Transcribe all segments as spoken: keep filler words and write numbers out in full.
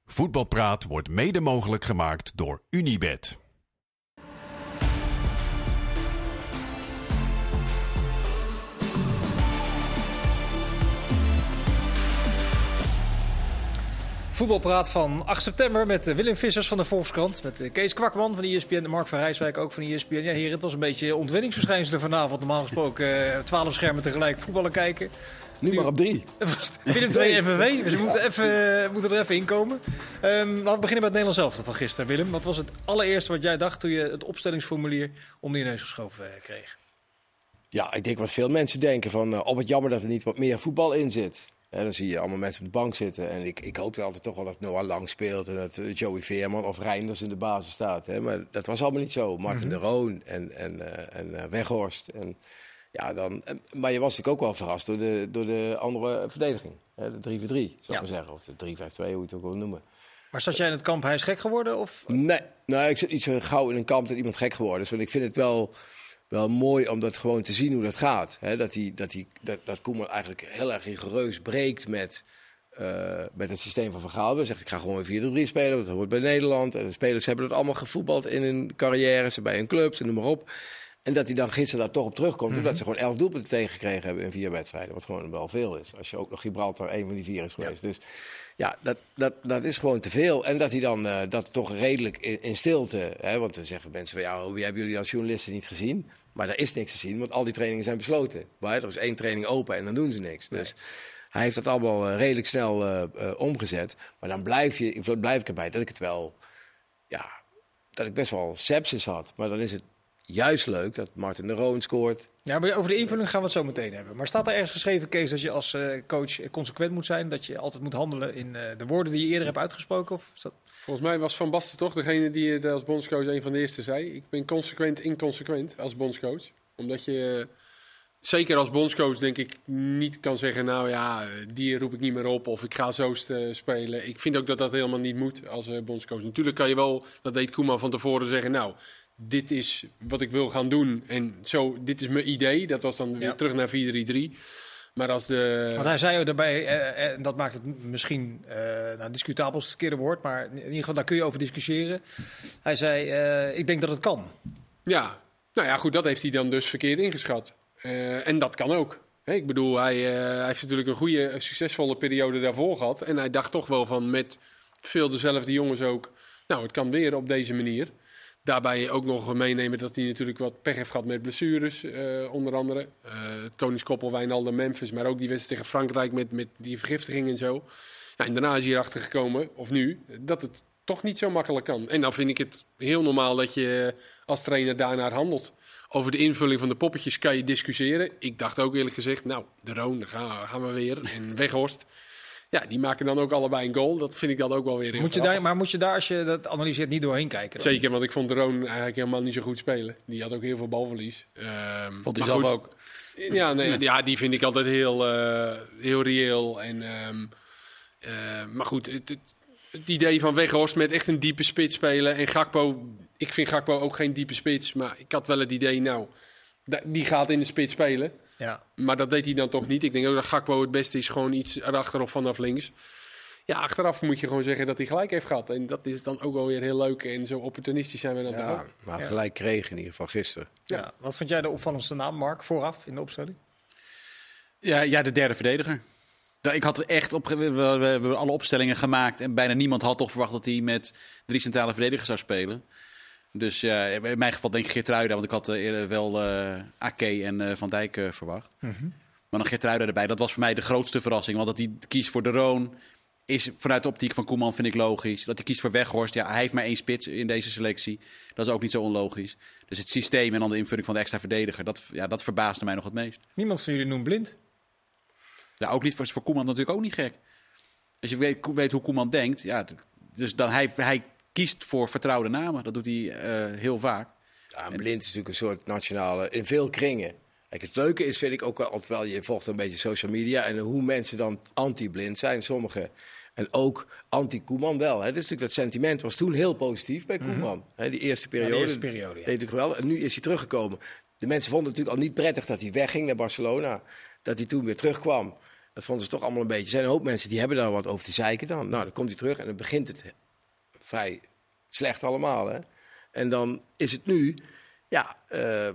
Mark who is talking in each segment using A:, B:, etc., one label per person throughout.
A: Voetbalpraat wordt mede mogelijk gemaakt door Unibet.
B: Voetbalpraat van acht september met Willem Vissers van de Volkskrant. Met Kees Kwakman van de E S P N en Mark van Rijswijk ook van de E S P N. Ja, heren, het was een beetje ontwenningsverschijnselen vanavond. Normaal gesproken twaalf schermen tegelijk voetballen kijken.
C: Nu maar op drie.
B: Willem twee M V V, dus we moeten, even, moeten er even inkomen. Um, laten we beginnen met het Nederlands elftal van gisteren. Willem, wat was het allereerste wat jij dacht toen je het opstellingsformulier onder je neus geschoven kreeg?
C: Ja, ik denk wat veel mensen denken van, uh, oh wat jammer dat er niet wat meer voetbal in zit. En dan zie je allemaal mensen op de bank zitten. En ik, ik hoopte altijd toch wel dat Noah Lang speelt en dat uh, Joey Veerman of Reinders in de basis staat. Hè. Maar dat was allemaal niet zo. Martin mm-hmm. de Roon en, en, uh, en uh, Weghorst. En, ja, dan, uh, maar je was natuurlijk ook wel verrast door de, door de andere verdediging. Hè, de drie voor drie, zou ik ja. maar zeggen. Of de drie vijf twee, hoe je het ook wil noemen.
B: Maar zat jij in het kamp, hij is gek geworden? Of?
C: Nee, nou, ik zit niet zo gauw in een kamp dat iemand gek geworden is. Want ik vind het wel... Wel mooi om dat gewoon te zien hoe dat gaat. He, dat, die, dat, die, dat, dat Koeman eigenlijk heel erg rigoureus breekt met, uh, met het systeem van Van Gaal. Hij zegt, ik ga gewoon een vier drie drie spelen, want dat hoort bij Nederland. En de spelers hebben dat allemaal gevoetbald in hun carrières, bij hun clubs en noem maar op. En dat hij dan gisteren daar toch op terugkomt, mm-hmm. omdat ze gewoon elf doelpunten tegengekregen hebben in vier wedstrijden. Wat gewoon wel veel is, als je ook nog Gibraltar een van die vier is geweest. Ja. Dus ja, dat, dat, dat is gewoon te veel. En dat hij dan uh, dat toch redelijk in, in stilte... Hè, want dan zeggen mensen van, ja, wie hebben jullie als journalisten niet gezien? Maar er is niks te zien, want al die trainingen zijn besloten. Maar er is één training open en dan doen ze niks. Dus nee. Hij heeft dat allemaal uh, redelijk snel uh, uh, omgezet. Maar dan blijf, je, blijf ik erbij dat ik het wel... Ja, dat ik best wel sepsis had. Maar dan is het juist leuk dat Martin de Roon scoort.
B: Ja, maar over de invulling gaan we het zo meteen hebben. Maar staat er ergens geschreven, Kees, dat je als uh, coach consequent moet zijn? Dat je altijd moet handelen in uh, de woorden die je eerder hebt uitgesproken? Of is dat...
D: Volgens mij was Van Basten toch degene die het als bondscoach een van de eerste zei. Ik ben consequent inconsequent als bondscoach. Omdat je, zeker als bondscoach denk ik, niet kan zeggen... nou ja, die roep ik niet meer op of ik ga zo spelen. Ik vind ook dat dat helemaal niet moet als uh, bondscoach. Natuurlijk kan je wel, dat deed Koeman van tevoren, zeggen... nou, dit is wat ik wil gaan doen en zo, dit is mijn idee. Dat was dan weer ja. terug naar vier drie drie. Maar als de...
B: Want hij zei daarbij, en uh, dat maakt het misschien uh, nou, discutabel is het verkeerde woord, maar in ieder geval daar kun je over discussiëren. Hij zei, uh, ik denk dat het kan.
D: Ja, nou ja, goed, dat heeft hij dan dus verkeerd ingeschat. Uh, en dat kan ook. Hey, ik bedoel, hij, uh, hij heeft natuurlijk een goede, succesvolle periode daarvoor gehad. En hij dacht toch wel van met veel dezelfde jongens ook, nou, het kan weer op deze manier. Daarbij ook nog meenemen dat hij natuurlijk wat pech heeft gehad met blessures, uh, onder andere. Uh, het Koningskoppel, Wijnaldum, Memphis, maar ook die wedstrijd tegen Frankrijk met, met die vergiftiging en zo. Ja, en daarna is hij erachter gekomen, of nu, dat het toch niet zo makkelijk kan. En dan vind ik het heel normaal dat je als trainer daarnaar handelt. Over de invulling van de poppetjes kan je discussiëren. Ik dacht ook eerlijk gezegd, nou, de Roon, daar gaan, gaan we weer. En Weghorst. Ja, die maken dan ook allebei een goal. Dat vind ik dan ook wel weer heel
B: moet je daar, Maar moet je daar, als je dat analyseert, niet doorheen kijken? Dan?
D: Zeker, want ik vond de Roon eigenlijk helemaal niet zo goed spelen. Die had ook heel veel balverlies. Um,
C: vond hij zelf goed, ook?
D: Ja, nee, ja. ja, die vind ik altijd heel, uh, heel reëel. En, um, uh, maar goed, het, het, het idee van Weghorst met echt een diepe spits spelen. En Gakpo, ik vind Gakpo ook geen diepe spits. Maar ik had wel het idee, nou, die gaat in de spits spelen. Ja. Maar dat deed hij dan toch niet. Ik denk ook dat Gakpo het beste is, gewoon iets erachter of vanaf links. Ja, achteraf moet je gewoon zeggen dat hij gelijk heeft gehad. En dat is dan ook wel weer heel leuk. En zo opportunistisch zijn we dan
C: ja,
D: ook.
C: Maar
B: ja.
C: gelijk kreeg in ieder geval gisteren.
B: Ja. Ja. Wat vond jij de opvallendste naam, Mark, vooraf in de opstelling?
E: Ja, ja de derde verdediger. Ik had echt op, we, we, we hebben alle opstellingen gemaakt. En bijna niemand had toch verwacht dat hij met drie centrale verdedigers zou spelen. Dus uh, in mijn geval denk ik Geertruida, want ik had uh, eerder wel uh, Ake en uh, Van Dijk uh, verwacht. Mm-hmm. Maar dan Geertruida erbij, dat was voor mij de grootste verrassing. Want dat hij kiest voor de Roon is vanuit de optiek van Koeman vind ik logisch. Dat hij kiest voor Weghorst, ja, hij heeft maar één spits in deze selectie. Dat is ook niet zo onlogisch. Dus het systeem en dan de invulling van de extra verdediger, dat, ja, dat verbaasde mij nog het meest.
B: Niemand van jullie noemt Blind?
E: Ja, ook niet voor, voor Koeman natuurlijk ook niet gek. Als je weet, weet hoe Koeman denkt, ja, dus dan hij... hij kiest voor vertrouwde namen. Dat doet hij uh, heel vaak.
C: Ja, Blind is natuurlijk een soort nationale... In veel kringen. Kijk, het leuke is, vind ik ook wel... Terwijl je volgt een beetje social media... en hoe mensen dan anti-Blind zijn. Sommigen. En ook anti-Koeman wel. Hè. Het is natuurlijk dat sentiment was toen heel positief bij Koeman. Mm-hmm. Hè, die eerste periode. Ja,
B: die eerste periode, ja.
C: Deed natuurlijk geweldig. En nu is hij teruggekomen. De mensen vonden het natuurlijk al niet prettig dat hij wegging naar Barcelona. Dat hij toen weer terugkwam. Dat vonden ze toch allemaal een beetje. Er zijn een hoop mensen die hebben daar wat over te zeiken dan. Nou, dan komt hij terug en dan begint het vrij slecht allemaal. Hè? En dan is het nu, ja, uh, uh,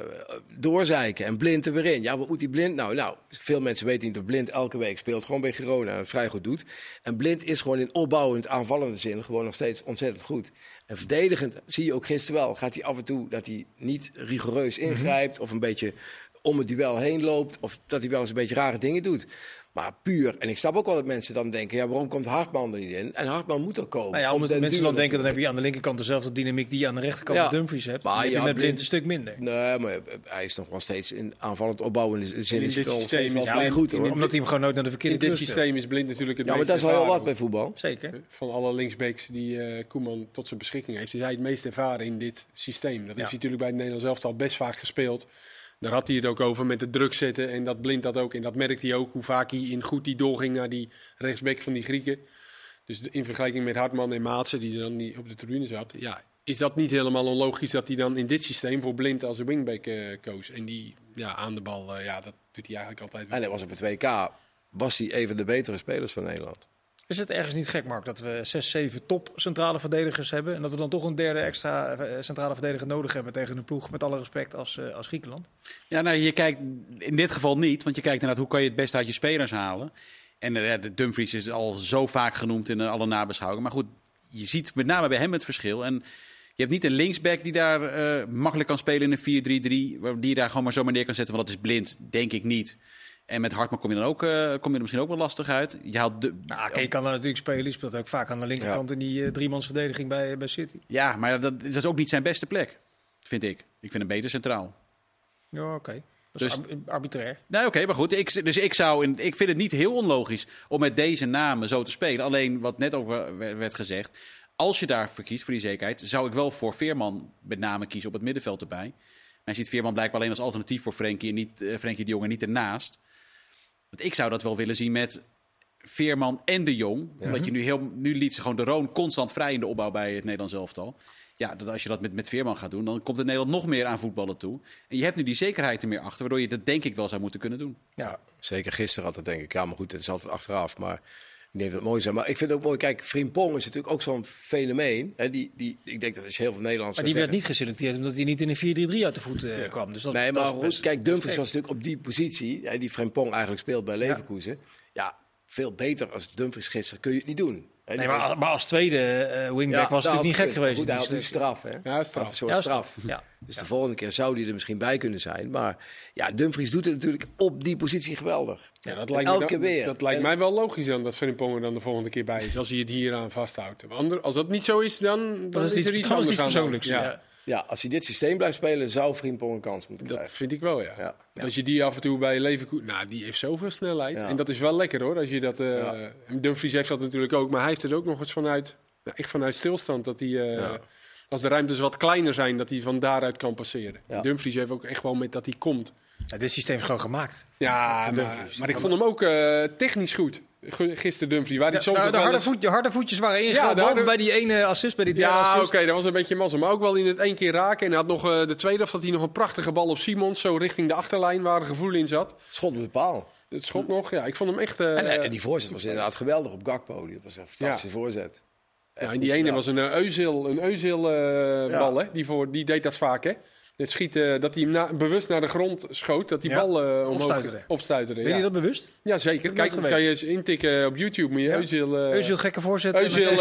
C: doorzeiken en Blind er weer in. Ja, wat moet die Blind nou? Nou, veel mensen weten niet dat Blind elke week speelt. Gewoon bij Girona en het vrij goed doet. En Blind is gewoon in opbouwend, aanvallende zin gewoon nog steeds ontzettend goed. En verdedigend zie je ook gisteren wel. Gaat hij af en toe dat hij niet rigoureus ingrijpt of een beetje om het duel heen loopt. Of dat hij wel eens een beetje rare dingen doet. Maar puur, en ik snap ook wel dat mensen dan denken, ja, waarom komt Hartman er niet in? En Hartman moet er komen.
B: Nou ja, omdat mensen dan denken, dan heb je aan de linkerkant dezelfde dynamiek die je aan de rechterkant ja. met Dumfries hebt. Maar je, je met Blind een stuk minder.
C: Nee, maar hij is nog wel steeds in aanvallend opbouwen. In zin
D: in dit systeem
C: is wel goed, hoor.
B: Omdat hij hem gewoon nooit naar de verkeerde
D: In dit systeem is Blind natuurlijk het
C: ja,
D: meest
C: maar dat is wel heel wat bij voetbal.
B: Zeker.
D: Van alle linksbacks die uh, Koeman tot zijn beschikking heeft, is hij het meest ervaren in dit systeem. Dat ja. heeft hij natuurlijk bij het Nederlands elftal best vaak gespeeld. Daar had hij het ook over met de druk zetten en dat Blind dat ook. En dat merkte hij ook, hoe vaak hij in goed die doorging naar die rechtsback van die Grieken. Dus in vergelijking met Hartman en Maatsen, die er dan niet op de tribune zat. Ja, is dat niet helemaal onlogisch dat hij dan in dit systeem voor Blind als een wingback uh, koos. En die ja, aan de bal, uh, ja, dat doet hij eigenlijk altijd wel.
C: En hij was op het W K, was hij een van de betere spelers van Nederland.
B: Is het ergens niet gek, Mark, dat we zes, zeven top centrale verdedigers hebben en dat we dan toch een derde extra centrale verdediger nodig hebben tegen een ploeg, met alle respect, als, uh, als Griekenland?
E: Ja, nou, je kijkt in dit geval niet, want je kijkt naar hoe kan je het beste uit je spelers halen. En uh, de Dumfries is al zo vaak genoemd in uh, alle nabeschouwingen. Maar goed, je ziet met name bij hem het verschil. En je hebt niet een linksback die daar uh, makkelijk kan spelen in een vier drie drie, die je daar gewoon maar zomaar neer kan zetten, want dat is Blind, denk ik niet. En met Hartman kom je dan ook, uh, kom je er misschien ook wel lastig uit. Je haalt de,
B: nou, Kane kan dan natuurlijk spelen. Die speelt ook vaak aan de linkerkant ja. in die uh, driemansverdediging bij, bij City.
E: Ja, maar dat, dat is ook niet zijn beste plek, vind ik. Ik vind hem beter centraal.
B: Ja, oké. Okay. Dat is dus, arbitrair.
E: Nou, oké, okay, maar goed. Ik, dus ik, zou in, ik vind het niet heel onlogisch om met deze namen zo te spelen. Alleen wat net over werd gezegd. Als je daarvoor kiest, voor die zekerheid, zou ik wel voor Veerman met name kiezen op het middenveld erbij. Maar je ziet Veerman blijkbaar alleen als alternatief voor Frenkie en niet uh, Frenkie de Jong en niet ernaast. Want ik zou dat wel willen zien met Veerman en de Jong. Ja. Omdat je nu, heel, nu liet ze gewoon de Roon constant vrij in de opbouw bij het Nederlands elftal. Ja, dat als je dat met, met Veerman gaat doen, dan komt het Nederland nog meer aan voetballen toe. En je hebt nu die zekerheid er meer achter, waardoor je dat denk ik wel zou moeten kunnen doen.
C: Ja, zeker gisteren had dat denk ik. Ja, maar goed, het is altijd achteraf. Maar ik denk dat het mooi is. Maar ik vind het ook mooi, kijk, Frimpong is natuurlijk ook zo'n fenomeen. Hè, die, die, ik denk dat als je heel veel Nederlanders.
B: Maar die werd niet geselecteerd omdat hij niet in een vier drie drie uit de voet uh, ja. kwam. Dus dat,
C: nee, maar
B: dat
C: goed, kijk, Dumfries was natuurlijk op die positie, hè, die Frimpong eigenlijk speelt bij Leverkusen. Ja. ja, veel beter als Dumfries gisteren kun je het niet doen.
B: Hè, nee, maar, maar als tweede uh, wingback ja, was het natuurlijk niet gek geweest.
C: Goed, hij had nu straf, hè?
D: Ja, straf.
C: Een soort
B: ja,
C: straf.
B: Ja.
C: Dus
B: ja.
C: de volgende keer zou die er misschien bij kunnen zijn. Maar ja, Dumfries doet het natuurlijk op die positie geweldig.
D: Ja, dat lijkt,
C: elke
D: me, dan,
C: weer.
D: Dat lijkt
C: en,
D: mij wel logisch dan dat Frimpong er dan de volgende keer bij is. Als hij het hier aan vasthoudt. Ander, als dat niet zo is, dan, dan
B: dat is,
D: is er
B: iets,
D: iets anders
B: persoonlijks.
C: Ja. Ja. ja, als hij dit systeem blijft spelen, zou Frimpong een kans moeten krijgen.
D: Dat vind ik wel, ja.
C: ja.
D: ja. Als je die af en toe bij Leverkusen... Nou, die heeft zoveel snelheid. Ja. En dat is wel lekker, hoor. Als je dat, uh, ja. Dumfries heeft dat natuurlijk ook. Maar hij heeft het ook nog eens vanuit... Nou, echt vanuit stilstand. Dat hij... Uh, ja. Als de ruimtes wat kleiner zijn, dat hij van daaruit kan passeren. Ja. Dumfries heeft ook echt wel met dat hij komt.
B: Ja, dit systeem is gewoon gemaakt.
D: Ja, maar, maar ik vond hem ook uh, technisch goed. Gisteren Dumfries. Waar die
B: ja, nou, de, harde eens... voet, de harde voetjes waren ingegaan. Ja, harde... bij die ene assist, bij die derde
D: ja,
B: assist.
D: Ja, oké, okay, dat was een beetje mazzel. Maar ook wel in het één keer raken. En hij had nog uh, de tweede, of dat hij nog een prachtige bal op Simons. Zo richting de achterlijn, waar er gevoel in zat.
C: Schot op de paal.
D: Het schot nog, ja. Ik vond hem echt... Uh,
C: en, en die voorzet was inderdaad geweldig op Gakpo. Dat was een fantastische ja. voorzet.
D: Ja, en die ene was een uh, Özil, een Özil uh, ja. bal, hè? Die, voor, die deed dat vaak, hè? Het schieten, dat hij hem na, bewust naar de grond schoot, dat die ja. bal uh, omhoog opstuiterde.
B: Ben je dat bewust?
D: Ja, zeker. Kijk, kan je eens intikken op YouTube. Moet je ja. Özil... Uh,
B: Özil gekke voorzetten.
D: Özil,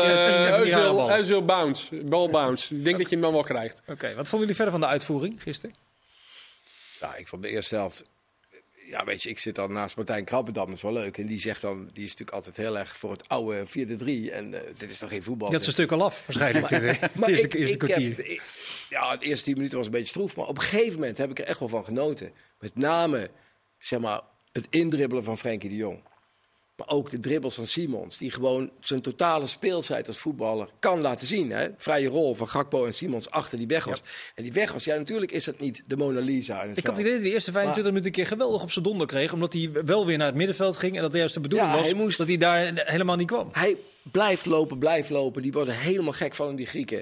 D: uh, Özil, Özil bounce, bal bounce. Ik denk dat je hem dan wel krijgt.
B: Oké, okay, wat vonden jullie verder van de uitvoering gisteren?
C: Ja, ik vond de eerste helft... Ja, weet je, ik zit dan naast Martijn Krabbendam, dat is wel leuk. En die zegt dan, die is natuurlijk altijd heel erg voor het oude vier drie. En uh, dit is toch geen voetbal.
B: Dat is een stuk al af, waarschijnlijk. maar, de
C: maar
B: eerste,
C: ik,
B: eerste
C: ik
B: kwartier.
C: Heb, ik, ja, de eerste tien minuten was een beetje stroef. Maar op een gegeven moment heb ik er echt wel van genoten. Met name, zeg maar, het indribbelen van Frenkie de Jong. Maar ook de dribbels van Simons. Die gewoon zijn totale speelsheid als voetballer kan laten zien. Hè? Vrije rol van Gakpo en Simons achter die weg was. Ja. En die weg was, ja, natuurlijk is dat niet de Mona Lisa. In het
B: ik
C: veld.
B: had het idee dat de eerste vijfentwintig minuten een keer geweldig op zijn donder kreeg. Omdat hij wel weer naar het middenveld ging. En dat de juiste bedoeling
C: ja,
B: was
C: hij moest,
B: dat hij daar helemaal niet kwam.
C: Hij blijft lopen, blijft lopen. Die worden helemaal gek van die Grieken.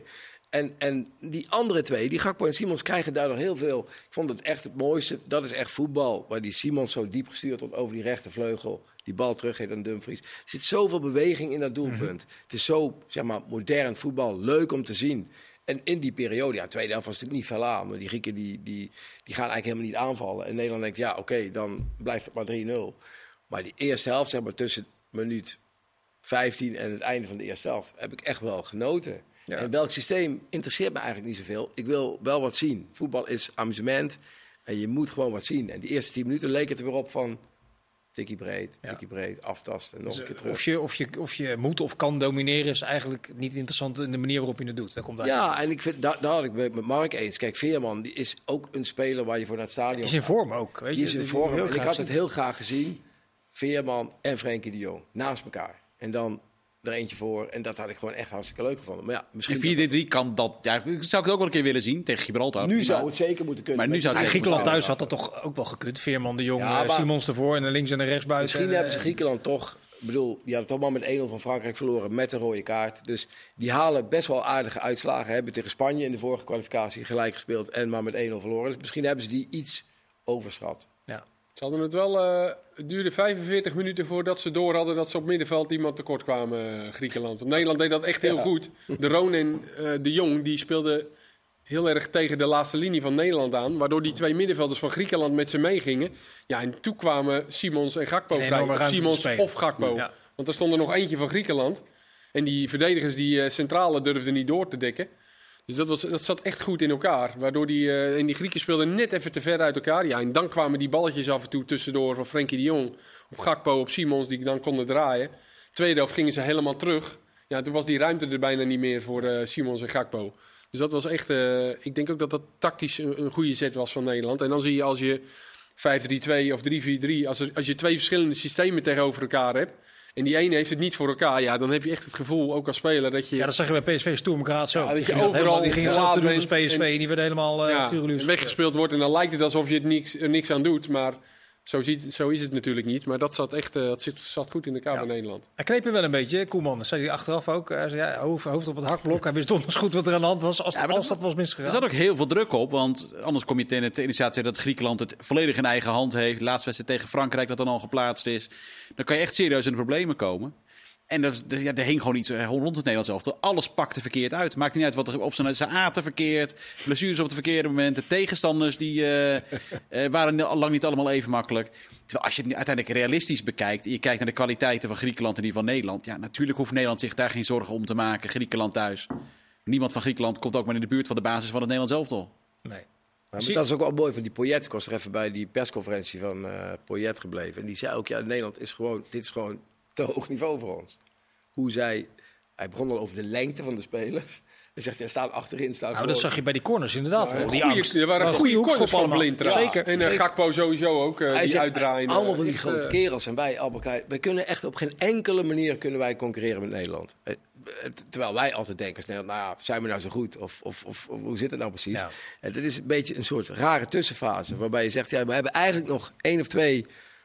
C: En, en die andere twee, die Gakpo en Simons, krijgen daar nog heel veel. Ik vond het echt het mooiste. Dat is echt voetbal. Waar die Simons zo diep gestuurd wordt over die rechtervleugel. Die bal teruggeeft aan Dumfries. Er zit zoveel beweging in dat doelpunt. Mm-hmm. Het is zo, zeg maar, modern voetbal. Leuk om te zien. En in die periode, ja, tweede helft was het niet veel aan. Maar die Grieken die, die, die gaan eigenlijk helemaal niet aanvallen. En Nederland denkt, ja, oké, okay, dan blijft het maar drie nul. Maar die eerste helft, zeg maar, tussen minuut vijftien en het einde van de eerste helft, heb ik echt wel genoten. Ja. En welk systeem interesseert me eigenlijk niet zoveel. Ik wil wel wat zien. Voetbal is amusement. En je moet gewoon wat zien. En die eerste tien minuten leek het er weer op van tikkie breed, tikkie ja. breed, aftasten en nog dus, een keer terug.
B: Of je, of, je, of je moet of kan domineren is eigenlijk niet interessant in de manier waarop je het doet. Dat komt
C: ja, en ik vind, daar, daar had ik met Mark eens. Kijk, Veerman die is ook een speler waar je voor naar het stadion
B: is in vorm ook. Weet je?
C: Die is in vorm. En ik had zien. het heel graag gezien. Veerman en Frenkie de Jong naast elkaar. En dan er eentje voor. En dat had ik gewoon echt hartstikke leuk gevonden. Maar ja, misschien
E: vier drie kan dat. Ja, zou ik het ook wel een keer willen zien tegen Gibraltar.
C: Nu zou het zeker moeten kunnen.
E: Maar nu zou het
B: ja, Griekenland thuis had dat toch ook wel gekund. Veerman, de Jong, ja, Simons ervoor en links en rechts buiten.
C: Misschien en, hebben ze Griekenland toch. Ik bedoel, die hadden toch maar met één nul van Frankrijk verloren met een rode kaart. Dus die halen best wel aardige uitslagen. Hebben tegen Spanje in de vorige kwalificatie gelijk gespeeld en maar met één nul verloren. Dus misschien hebben ze die iets overschat.
B: Ja.
D: Ze hadden het wel, uh, het duurde vijfenveertig minuten voordat ze door hadden dat ze op middenveld iemand tekort kwamen, uh, Griekenland. Want Nederland deed dat echt heel ja. goed. De Roon en uh, de Jong die speelden heel erg tegen de laatste linie van Nederland aan. Waardoor die twee middenvelders van Griekenland met ze meegingen. Ja, en toen kwamen Simons en Gakpo vrij. Of Simons of Gakpo. Ja. Want er stond er nog eentje van Griekenland. En die verdedigers, die uh, centrale, durfden niet door te dekken. Dus dat, was, dat zat echt goed in elkaar. Waardoor die, uh, en die Grieken speelden net even te ver uit elkaar. Ja, en dan kwamen die balletjes af en toe tussendoor van Frenkie de Jong. Op Gakpo, op Simons, die dan konden draaien. Tweede helft gingen ze helemaal terug. Ja, toen was die ruimte er bijna niet meer voor uh, Simons en Gakpo. Dus dat was echt... Uh, ik denk ook dat dat tactisch een, een goede zet was van Nederland. En dan zie je als je vijf drie twee of drie vier drie... Als, er, als je twee verschillende systemen tegenover elkaar hebt... En die ene heeft het niet voor elkaar. Ja, dan heb je echt het gevoel, ook als speler, dat je...
B: Ja, dat zag je bij P S V Stoermkraat zo.
D: Ja, dat je overal... Helemaal,
B: die ging hetzelfde doen als P S V en die werden helemaal uh,
D: ja, weggespeeld wordt. En dan lijkt het alsof je het niks, er niks aan doet. Maar zo, ziet, zo is het natuurlijk niet. Maar dat zat echt uh, dat zit, zat goed in elkaar ja. bij Nederland.
B: Hij kneep je wel een beetje, Koeman. Dat zei hij achteraf ook. Hij zei, ja, hoofd, hoofd op het hakblok. Hij wist donders goed wat er aan de hand was. Als, ja, als dat, dat was misgegaan.
E: Er zat ook heel veel druk op. Want anders kom je tegen het initiatie dat Griekenland het volledig in eigen hand heeft. De laatste wedstrijd tegen Frankrijk dat dan al geplaatst is. Dan kan je echt serieus in de problemen komen. En er, ja, er hing gewoon iets rond het Nederlands elftal. Alles pakte verkeerd uit. Maakt niet uit wat er, of ze, ze aten verkeerd, blessures op het verkeerde moment. De tegenstanders die, uh, uh, waren al lang niet allemaal even makkelijk. Terwijl als je het uiteindelijk realistisch bekijkt en je kijkt naar de kwaliteiten van Griekenland en die van Nederland. Ja, natuurlijk hoeft Nederland zich daar geen zorgen om te maken. Griekenland thuis. Niemand van Griekenland komt ook maar in de buurt van de basis van het Nederlands elftal.
C: Nee. Maar dat is ook wel mooi van die Poyet. Ik was er even bij die persconferentie van uh, Poyet gebleven. En die zei ook, ja, Nederland is gewoon, dit is gewoon te hoog niveau voor ons. Hoe zij, hij begon al over de lengte van de spelers. Hij zegt, er staan achterin. Staan
B: nou,
C: gewoon...
B: dat zag je bij die corners inderdaad.
D: Nou, die goeie, er waren goede, goede corners van Blind. Ja, zeker. En uh, Gakpo sowieso ook, uh, die uitdraaien.
C: Allemaal van die echt, grote uh, kerels. En wij, Albert, wij kunnen echt op geen enkele manier kunnen wij concurreren met Nederland. Terwijl wij altijd denken, nou ja, zijn we nou zo goed? Of, of, of, of hoe zit het nou precies? Ja. En dat is een beetje een soort rare tussenfase. Waarbij je zegt, ja, we hebben eigenlijk nog één of twee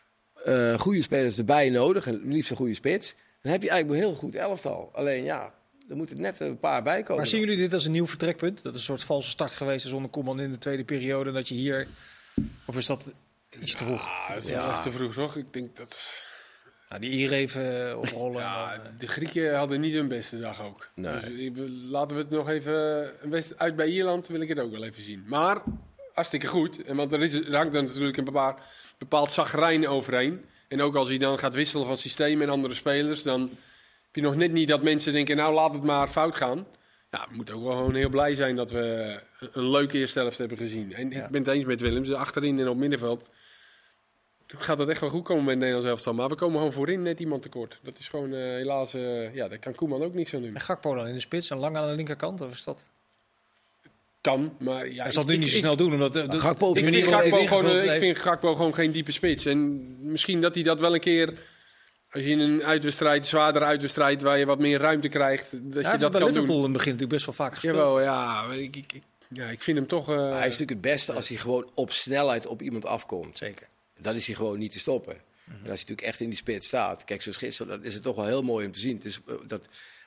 C: uh, goede spelers erbij nodig. En liefst een goede spits. Dan heb je eigenlijk een heel goed elftal. Alleen ja, er moeten net een paar bij komen.
B: Maar zien jullie dit als een nieuw vertrekpunt? Dat is een soort valse start geweest zonder Koeman in de tweede periode. Dat je hier... Of is dat iets te vroeg?
D: Ja, dat is ja. echt te vroeg, toch? Ik denk dat...
B: Nou, die hier even oprollen.
D: Ja, de Grieken hadden niet hun beste dag ook. Nee. Dus laten we het nog even... Uit bij Ierland wil ik het ook wel even zien. Maar hartstikke goed. En want er, is, er hangt er natuurlijk een bepaald, bepaald zagrijn overheen. En ook als hij dan gaat wisselen van systeem en andere spelers, dan heb je nog net niet dat mensen denken, nou laat het maar fout gaan. Ja, we moeten ook wel gewoon heel blij zijn dat we een leuke eerste helft hebben gezien. En ja. Ik ben het eens met Willems, achterin en op middenveld gaat het echt wel goed komen met het Nederlands elftal. Maar we komen gewoon voorin net iemand tekort. Dat is gewoon uh, helaas, uh, ja, daar kan Koeman ook niks aan doen.
B: En Gakpo dan in de spits en Lang aan de linkerkant, of is dat...
D: Kan, maar ja...
B: Hij zal het nu niet zo snel doen, omdat... De, de,
D: Gakpo ik, vind Gakpo gewoon, uh, ik vind Gakpo gewoon geen diepe spits. En misschien dat hij dat wel een keer... Als je in een uitwedstrijd, zwaardere uitwedstrijd, waar je wat meer ruimte krijgt, dat ja, je dat kan
B: Liverpool
D: doen.
B: in het begin natuurlijk best wel vaak gespeeld.
D: Jawel, ja. Ik, ik, ik, ja, ik vind hem toch... Uh,
C: hij is natuurlijk het beste als hij gewoon op snelheid op iemand afkomt.
B: Zeker.
C: Dan is hij gewoon niet te stoppen. Mm-hmm. En als hij natuurlijk echt in die spits staat... Kijk, zoals gisteren, dat is het toch wel heel mooi om te zien. Het is, uh, dat...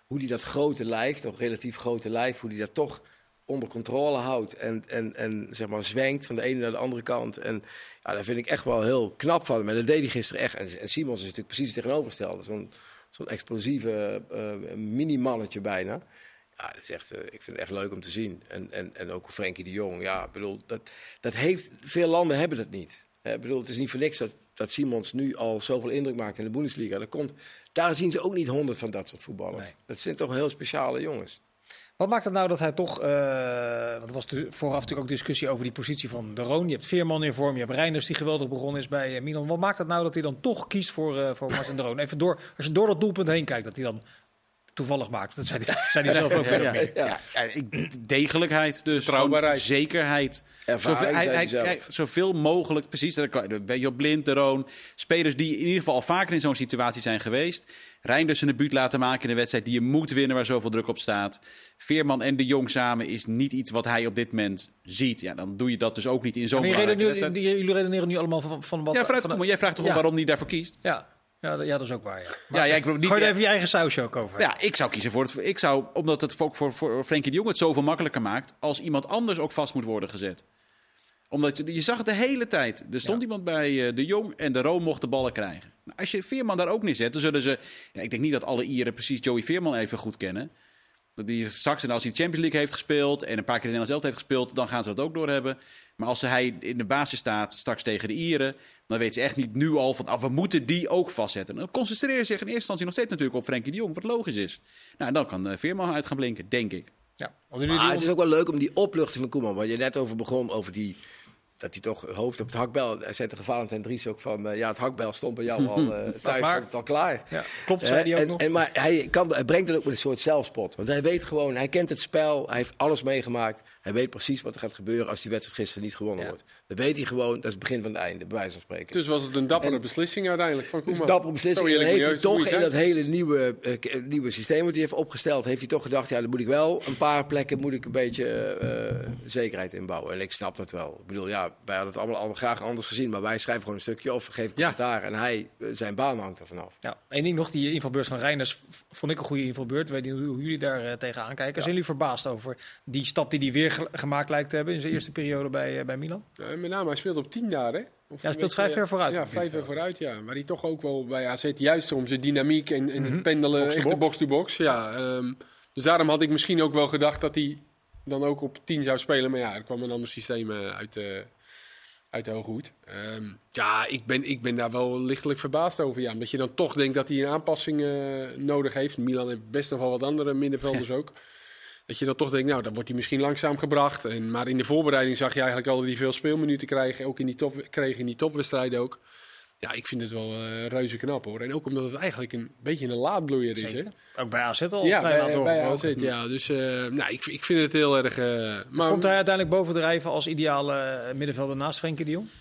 C: hoe hij dat grote lijf, toch relatief grote lijf, hoe hij dat toch onder controle houdt en, en, en zeg maar zwenkt van de ene naar de andere kant. En ja, daar vind ik echt wel heel knap van. Maar dat deed hij gisteren echt. En, en Simons is natuurlijk precies het tegenovergestelde. Zo'n zo'n explosieve uh, mini-mannetje bijna. Ja, dat is echt, uh, ik vind het echt leuk om te zien. En, en, en ook Frenkie de Jong. Ja, bedoel, dat, dat heeft, veel landen hebben dat niet. Ik bedoel, het is niet voor niks dat, dat Simons nu al zoveel indruk maakt in de Bundesliga. Dat komt, daar zien ze ook niet honderd van dat soort voetballers. Nee. Dat zijn toch heel speciale jongens.
B: Wat maakt het nou dat hij toch... Uh, want er was de, vooraf natuurlijk ook discussie over die positie van De Roon. Je hebt Veerman in vorm, je hebt Reinders die geweldig begonnen is bij uh, Milan. Wat maakt het nou dat hij dan toch kiest voor, uh, voor Martin De Roon? Even door, als je door dat doelpunt heen kijkt, dat hij dan toevallig maakt. Dat zei hij, zei hij zelf ook
E: ja,
B: ja,
E: ja, ja. Ja, ik, degelijkheid, dus
D: betrouwbaarheid,
E: zekerheid. Zoveel, hij, hij, hij, zoveel mogelijk, precies. Dat ben je op Blind, De Roon. Spelers die in ieder geval al vaker in zo'n situatie zijn geweest. Reinders een debuut laten maken in een wedstrijd die je moet winnen, waar zoveel druk op staat. Veerman en De Jong samen is niet iets wat hij op dit moment ziet. Ja, dan doe je dat dus ook niet in zo'n belangrijke wedstrijd.
B: Jullie redeneren nu allemaal van, van wat...
E: Ja, vooruit, van, maar jij vraagt toch ja. om waarom hij daarvoor kiest?
B: Ja. Ja, ja, dat is ook waar. Ja. Maar
E: ja, ja, ik wil niet,
B: gooi er
E: ja,
B: even je eigen sausje ook over.
E: Ja, ik zou kiezen voor het. Ik zou, omdat het voor, voor, voor Frenkie de Jong het zoveel makkelijker maakt als iemand anders ook vast moet worden gezet. Omdat je, je zag het de hele tijd. Er stond ja. iemand bij uh, De Jong en De Roon mocht de ballen krijgen. Nou, als je Veerman daar ook neerzet, dan zullen ze... Ja, ik denk niet dat alle Ieren precies Joey Veerman even goed kennen. Dat die straks, en als hij de Champions League heeft gespeeld en een paar keer in Nederland zelf heeft gespeeld, dan gaan ze dat ook doorhebben. Maar als hij in de basis staat, straks tegen de Ieren, dan weten ze echt niet nu al van, ah, we moeten die ook vastzetten. Dan concentreren ze zich in eerste instantie nog steeds natuurlijk op Frenkie de Jong, wat logisch is. Nou, en dan kan uh, Veerman uit gaan blinken, denk ik.
B: Ja.
C: Maar het is ook wel leuk om die opluchting van Koeman, waar je net over begon, over die... dat hij toch hoofd op het hakbel... Hij zei tegen Valentijn Dries ook van... Uh, ja, het hakbel stond bij jou al uh, thuis, stond het al klaar.
B: Ja, klopt, zei hij ook
C: en,
B: nog.
C: En, maar hij, kan, hij brengt het ook met een soort zelfspot. Want hij weet gewoon, hij kent het spel, hij heeft alles meegemaakt. Hij weet precies wat er gaat gebeuren als die wedstrijd gisteren niet gewonnen ja. wordt. Dan weet hij gewoon, dat is het begin van het einde, bij wijze van spreken.
D: Dus was het een dappere en, beslissing uiteindelijk van Koeman?
C: Een dappere beslissing. En heeft hij toch in dat hele nieuwe, uh, nieuwe systeem wat hij heeft opgesteld, heeft hij toch gedacht, ja, dan moet ik wel een paar plekken moet ik een beetje uh, zekerheid inbouwen. En ik snap dat wel. Ik bedoel, ja, wij hadden het allemaal al graag anders gezien, maar wij schrijven gewoon een stukje of geven commentaar ja. en hij, zijn baan hangt er vanaf.
B: Ja, één ding nog, die invalbeurt van Reinders vond ik een goede invalbeurt. Weet niet hoe jullie daar uh, tegenaan kijken. Ja. Zijn jullie verbaasd over die stap die hij weer ge- gemaakt lijkt te hebben in zijn eerste periode bij, uh, bij Milan?
D: Ja, met name, hij speelt op tien jaar, hè?
B: Of ja, hij speelt vrij ver vooruit.
D: Ja, vrij ver vooruit, ja. Maar die toch ook wel bij A Z juist om zijn dynamiek en, en mm-hmm. het pendelen, box echt de box-to-box. Ja, um, dus daarom had ik misschien ook wel gedacht dat hij dan ook op tien zou spelen. Maar ja, er kwam een ander systeem uh, uit, uh, uit de hoge hoed. Um, ja, ik ben, ik ben daar wel lichtelijk verbaasd over. Ja, omdat je dan toch denkt dat hij een aanpassing uh, nodig heeft. Milan heeft best nog wel wat andere middenvelders ook. Dat je dan toch denkt, nou, dan wordt hij misschien langzaam gebracht. En, maar in de voorbereiding zag je eigenlijk al dat hij veel speelminuten kreeg. Ook in die top, kreeg in die topwedstrijden ook. Ja, ik vind het wel uh, reuze knap, hoor. En ook omdat het eigenlijk een beetje een laadbloeier is. Hè?
B: Ook bij A Z al?
D: Ja, bij, bij A Z, ja. Dus uh, nou, ik, ik vind het heel erg... Uh, maar,
B: komt hij uiteindelijk bovendrijven als ideale uh, middenvelder naast Frenkie de Jong?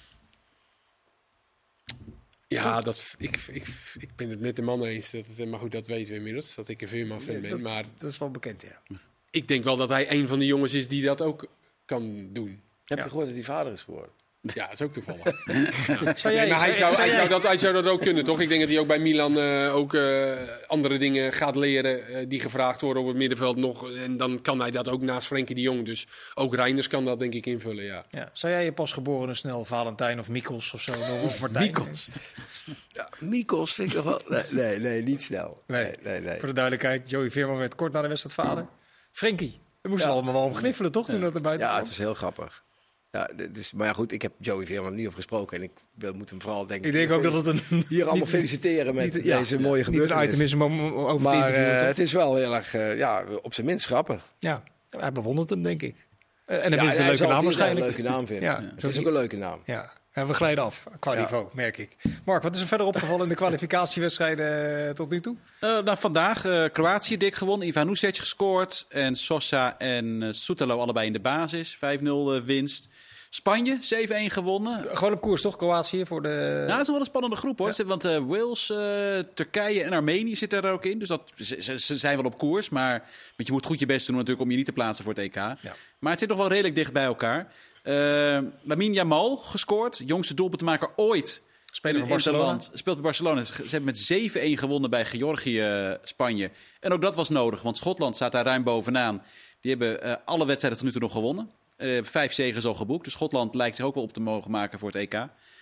D: Ja, dat, ik, ik, ik ben het met de man eens. Dat het, maar goed, dat weten we inmiddels. Dat ik een Veerman-fan ben.
B: Dat,
D: maar
B: dat is wel bekend, ja.
D: Ik denk wel dat hij een van de jongens is die dat ook kan doen.
C: Heb
D: ja.
C: je gehoord dat hij vader is geworden?
D: Ja, dat is ook toevallig. ja.
B: Zou jij,
D: nee, maar hij zou,
B: zou,
D: hij,
B: zou
D: zou dat, hij zou dat ook kunnen, toch? Ik denk dat hij ook bij Milan uh, ook uh, andere dingen gaat leren uh, die gevraagd worden op het middenveld nog. En dan kan hij dat ook naast Frenkie de Jong. Dus ook Reinders kan dat denk ik invullen, ja.
B: ja. Zou jij je pasgeborene snel Valentijn of Mikkels of zo noemen? Of Martijn?
C: Mikkels? Ja, Mikkels vind ik nog wel... Nee, nee, nee niet snel.
B: Nee.
C: Nee, nee, nee.
B: Voor de duidelijkheid, Joey Veerman werd kort na de wedstrijd vader. Frenkie, we moesten ja. allemaal wel om gniffelen, toch? Toen ja. dat erbij
C: ja, kwam. Het is heel grappig. Ja, dus, maar ja, goed, ik heb Joey Veerman niet over gesproken en ik wil, moet hem vooral denken...
B: Ik denk ook dat het een...
C: Hier allemaal niet, feliciteren met niet, deze ja, mooie
B: ja,
C: gebeurtenis.
B: Niet een item is om over
C: maar,
B: te interviewen.
C: Uh, het is wel heel erg, uh, ja, op zijn minst grappig.
B: Ja, hij bewondert hem, denk ik. Uh, en dan
C: ja,
B: vind ik een leuke naam waarschijnlijk.
C: Een leuke naam vinden. Ja, ja, het is ook een leuke naam.
B: Ja, en we glijden af qua ja. niveau, merk ik. Mark, wat is er verder opgevallen in de kwalificatiewedstrijden uh, tot nu toe?
E: Uh, nou, vandaag uh, Kroatië dik gewonnen, Ivanovic gescoord en Sosa en uh, Soetalo allebei in de basis. vijf nul uh, winst. Spanje, zeven één gewonnen.
B: Gewoon op koers toch, Kroatië? Voor de...
E: Nou, dat is wel een spannende groep hoor. Ja. Want uh, Wales, uh, Turkije en Armenië zitten er ook in. Dus dat, ze, ze zijn wel op koers. Maar want je moet goed je best doen natuurlijk om je niet te plaatsen voor het E K. Ja. Maar het zit nog wel redelijk dicht bij elkaar. Uh, Lamine Yamal gescoord. Jongste doelpuntenmaker ooit
B: Speler van Barcelona.
E: Interland, speelt bij Barcelona. Ze hebben met zeven-een gewonnen bij Georgië, Spanje. En ook dat was nodig, want Schotland staat daar ruim bovenaan. Die hebben uh, alle wedstrijden tot nu toe nog gewonnen. Uh, vijf zegens al geboekt. Dus Schotland lijkt zich ook wel op te mogen maken voor het E K.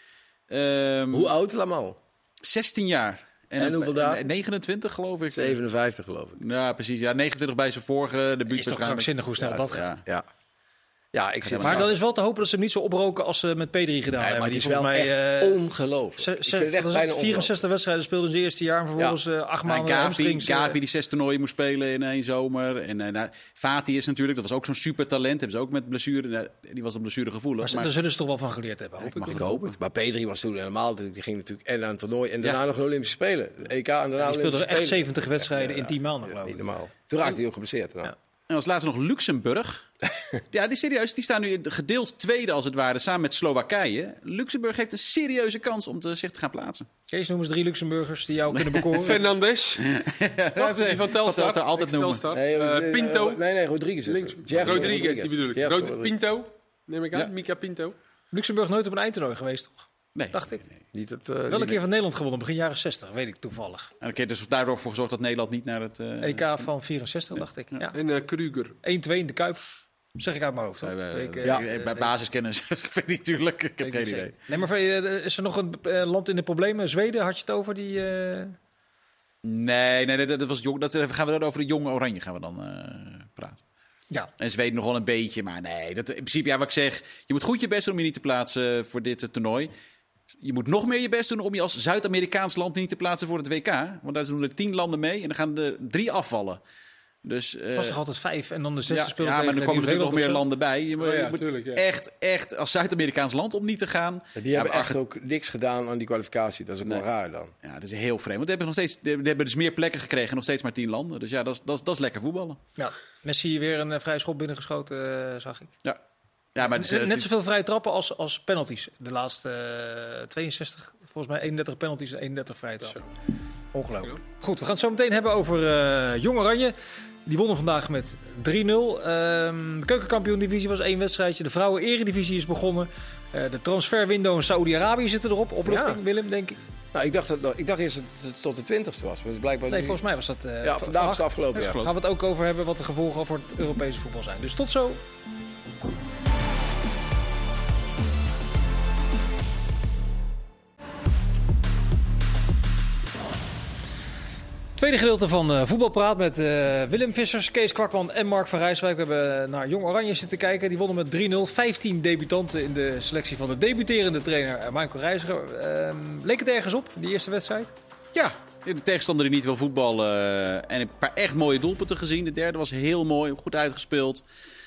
E: Um,
C: Hoe oud, Lamal?
E: zestien jaar. En,
C: en hoeveel dagen?
E: negenentwintig, geloof ik.
C: zevenenvijftig, geloof ik.
E: Ja, precies. Ja, negenentwintig bij zijn vorige debuut.
B: Is toch krankzinnig hoe snel
C: ja,
B: dat gaat.
C: Ja. ja. Ja, ik zit
B: maar dan is wel te hopen dat ze hem niet zo oproken als ze met P drie gedaan
C: nee,
B: hebben.
C: Maar
B: die
C: het is wel
B: mij,
C: echt
B: uh,
C: ongelooflijk.
B: Ze,
C: ik
B: ze,
C: vind het echt bijna
B: vierenzestig wedstrijden speelden ze eerste jaar en vervolgens ja. uh, acht maanden
E: Gavi,
B: hamstrings.
E: Gavi die zes toernooien moest spelen in één zomer. En uh, nou, Fati is natuurlijk, dat was ook zo'n super talent. Hebben ze ook met blessure, nou, die was op blessure gevoelig.
B: Maar,
E: maar
B: daar zullen ze toch wel van geleerd hebben, hoop
C: ik.
B: Ik,
C: ik hoop het. Maar P drie was toen helemaal, die ging natuurlijk en aan het toernooi en daarna ja. nog de Olympische Spelen. De E K en daarna
B: ja, die speelde er echt
C: Spelen.
B: zeventig wedstrijden ja, in tien maanden,
C: ja,
B: geloof ik.
C: Niet normaal. Toen raakte hij ook geblesseerd. Nou. Ja.
E: En als laatste nog Luxemburg. Ja, die serieus, die staan nu gedeeld tweede als het ware, samen met Slowakije. Luxemburg heeft een serieuze kans om te, zich te gaan plaatsen.
B: Kees, noem eens drie Luxemburgers die jou kunnen bekoren.
D: Fernandes.
E: Ja,
D: die van Telstar.
E: Telstar altijd noemen.
C: Nee,
D: uh, Pinto.
C: Nee, nee, Rodriguez.
D: Links. Rodriguez, Rodriguez, die bedoel ik. Yes, Rod- Pinto, neem ik aan. Ja. Mika Pinto.
B: Luxemburg nooit op een eindtoernooi geweest, toch?
E: Nee.
B: Dacht ik.
C: Nee, nee. Niet het, uh,
B: Wel een keer van Nederland gewonnen, begin jaren zestig, weet ik toevallig.
E: En dan heb dus daardoor voor gezorgd dat Nederland niet naar het... Uh,
B: E K van vierenzestig, dacht ik. Ja.
D: En uh, Kruger.
B: één twee in de Kuip. Zeg ik uit mijn hoofd. Hoor.
E: Uh,
B: ik, uh,
E: ja, uh, bij basiskennis weet ik natuurlijk. Ik heb geen idee.
B: Nee, maar is er nog een uh, land in de problemen? Zweden, had je het over die... Uh...
E: Nee, nee, dat, dat was jong. Dat gaan we dan over de jonge Oranje gaan we dan uh, praten.
B: Ja.
E: En Zweden nog wel een beetje, maar nee. Dat, in principe, ja, wat ik zeg, je moet goed je best doen om je niet te plaatsen voor dit uh, toernooi. Je moet nog meer je best doen om je als Zuid-Amerikaans land niet te plaatsen voor het W K. Want daar doen er tien landen mee en dan gaan er drie afvallen. Dus, uh,
B: het was toch altijd vijf en dan de zesde
E: ja,
B: speelden
E: ja, maar er komen natuurlijk nog meer landen bij. Je,
D: oh, ja,
E: je moet
D: tuurlijk, ja.
E: echt, echt als Zuid-Amerikaans land om niet te gaan.
C: Ja, die
E: ja,
C: hebben echt ook niks gedaan aan die kwalificatie. Dat is ook nee. wel raar dan.
E: Ja, dat is heel vreemd. Want we hebben nog steeds, we hebben dus meer plekken gekregen, nog steeds maar tien landen. Dus ja, dat is, dat is, dat is lekker voetballen.
B: Ja, Messi weer een uh, vrije schop binnengeschoten, uh, zag ik.
E: Ja. Ja, maar
B: net, uh, net zoveel vrije trappen als, als penalties. De laatste uh, tweeënzestig, volgens mij eenendertig penalties en eenendertig vrije trappen. Ongelooflijk. Ja. Goed, we gaan het zo meteen hebben over uh, Jong Oranje. Die wonnen vandaag met drie nul. Uh, de keukenkampioen-divisie was één wedstrijdje. De vrouwen-eredivisie is begonnen. Uh, de transferwindow in Saoedi-Arabië zitten erop. Opluchting, ja. Willem, denk ik.
C: Nou, ik dacht, dat, ik dacht eerst dat het tot de twintigste was. Maar het is blijkbaar
B: nee,
C: nu...
B: volgens mij was dat... Uh,
C: ja, vandaag is het afgelopen. Ja.
B: Daar gaan we het ook over hebben wat de gevolgen voor het Europese voetbal zijn. Dus tot zo. Tweede gedeelte van uh, Voetbalpraat met uh, Willem Vissers, Kees Kwakman en Mark van Rijswijk. We hebben naar Jong Oranje zitten kijken. Die wonnen met drie nul. vijftien debutanten in de selectie van de debuterende trainer uh, Michael Reiziger. Uh, leek het ergens op, die eerste wedstrijd?
E: Ja, de tegenstander die niet wil voetballen. Uh, en een paar echt mooie doelpunten gezien. De derde was heel mooi, goed uitgespeeld.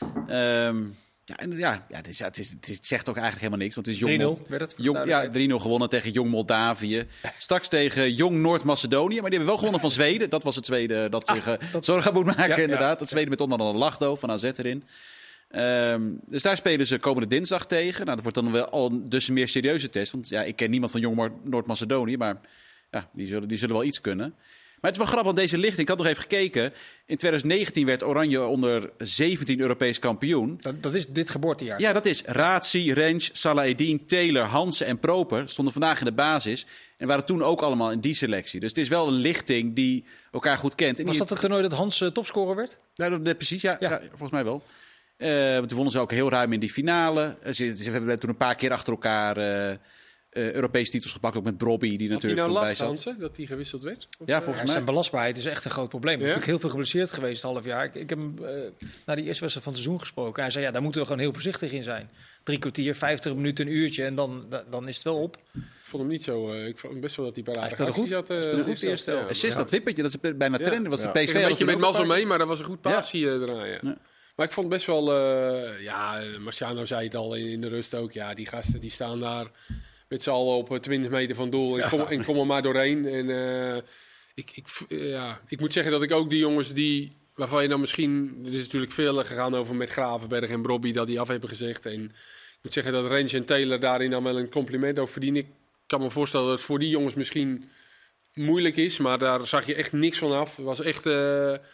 E: Um, Ja, en ja, ja het, is, het, is, het zegt ook eigenlijk helemaal niks. Want het is Jong,
B: drie nul werd het.
E: Jong, ja, drie nul gewonnen tegen Jong Moldavië. Straks tegen Jong Noord-Macedonië. Maar die hebben wel gewonnen van Zweden. Dat was het tweede dat zich ah, dat... zorgen moet maken, ja, inderdaad. Ja. Dat Zweden met onder andere Lachdo van A Z erin. Um, dus daar spelen ze komende dinsdag tegen. Nou, dat wordt dan wel al dus een meer serieuze test. Want ja, ik ken niemand van Jong Noord-Macedonië. Maar ja, die zullen, die zullen wel iets kunnen. Maar het is wel grappig, deze lichting. Ik had nog even gekeken. In twintig negentien werd Oranje onder zeventien Europees kampioen.
B: Dat, dat is dit geboortejaar.
E: Ja, dat is Razi, Rens, Salahedin, Taylor, Hansen en Proper. Stonden vandaag in de basis. En waren toen ook allemaal in die selectie. Dus het is wel een lichting die elkaar goed kent. En
B: was
E: die...
B: dat het toernooi dat Hans uh, topscorer werd?
E: Nou, dat, precies, ja, ja. ja. Volgens mij wel. Uh, want toen wonnen ze ook heel ruim in die finale. Ze, ze hebben toen een paar keer achter elkaar... Uh, Uh, Europese titels gepakt, ook met Brobby, die natuurlijk
D: nou
E: bij zat.
D: Hansen, dat die gewisseld werd?
E: Of, ja, volgens
B: ja,
E: mij.
B: Zijn belastbaarheid is echt een groot probleem. Hij
D: ja?
B: is natuurlijk heel veel geblesseerd geweest het half jaar. Ik, ik heb hem uh, na die eerste wedstrijd van het seizoen gesproken. Hij zei, ja, daar moeten we gewoon heel voorzichtig in zijn. Drie kwartier, vijftig minuten, een uurtje en dan, dan is het wel op.
D: Ik vond hem niet zo... Uh, ik vond best wel dat hij bij aardig
B: hij goed.
D: had. Uh,
B: speelde goed eerste helft.
E: Assist, ja. Dat wippertje, dat is bijna trend. Ja. Was de
D: ja.
E: P S V
D: een beetje met mazzel
E: mee,
D: mee, maar dat was een goed paasje ja. draaien. Ja. Maar ik vond best wel... Uh, ja, Marciano zei het al in, in de rust ook. Ja, die gasten die staan daar... met z'n allen op twintig meter van doel. En kom, ja. en kom er maar doorheen. En uh, ik, ik, uh, ja, ik moet zeggen dat ik ook die jongens die... waarvan je dan misschien... Er is natuurlijk veel gegaan over met Gravenberg en Brobby... dat die af hebben gezegd. En ik moet zeggen dat Rens en Taylor daarin dan wel een compliment over verdienen. Ik kan me voorstellen dat het voor die jongens misschien moeilijk is. Maar daar zag je echt niks van af. Het was echt... Uh,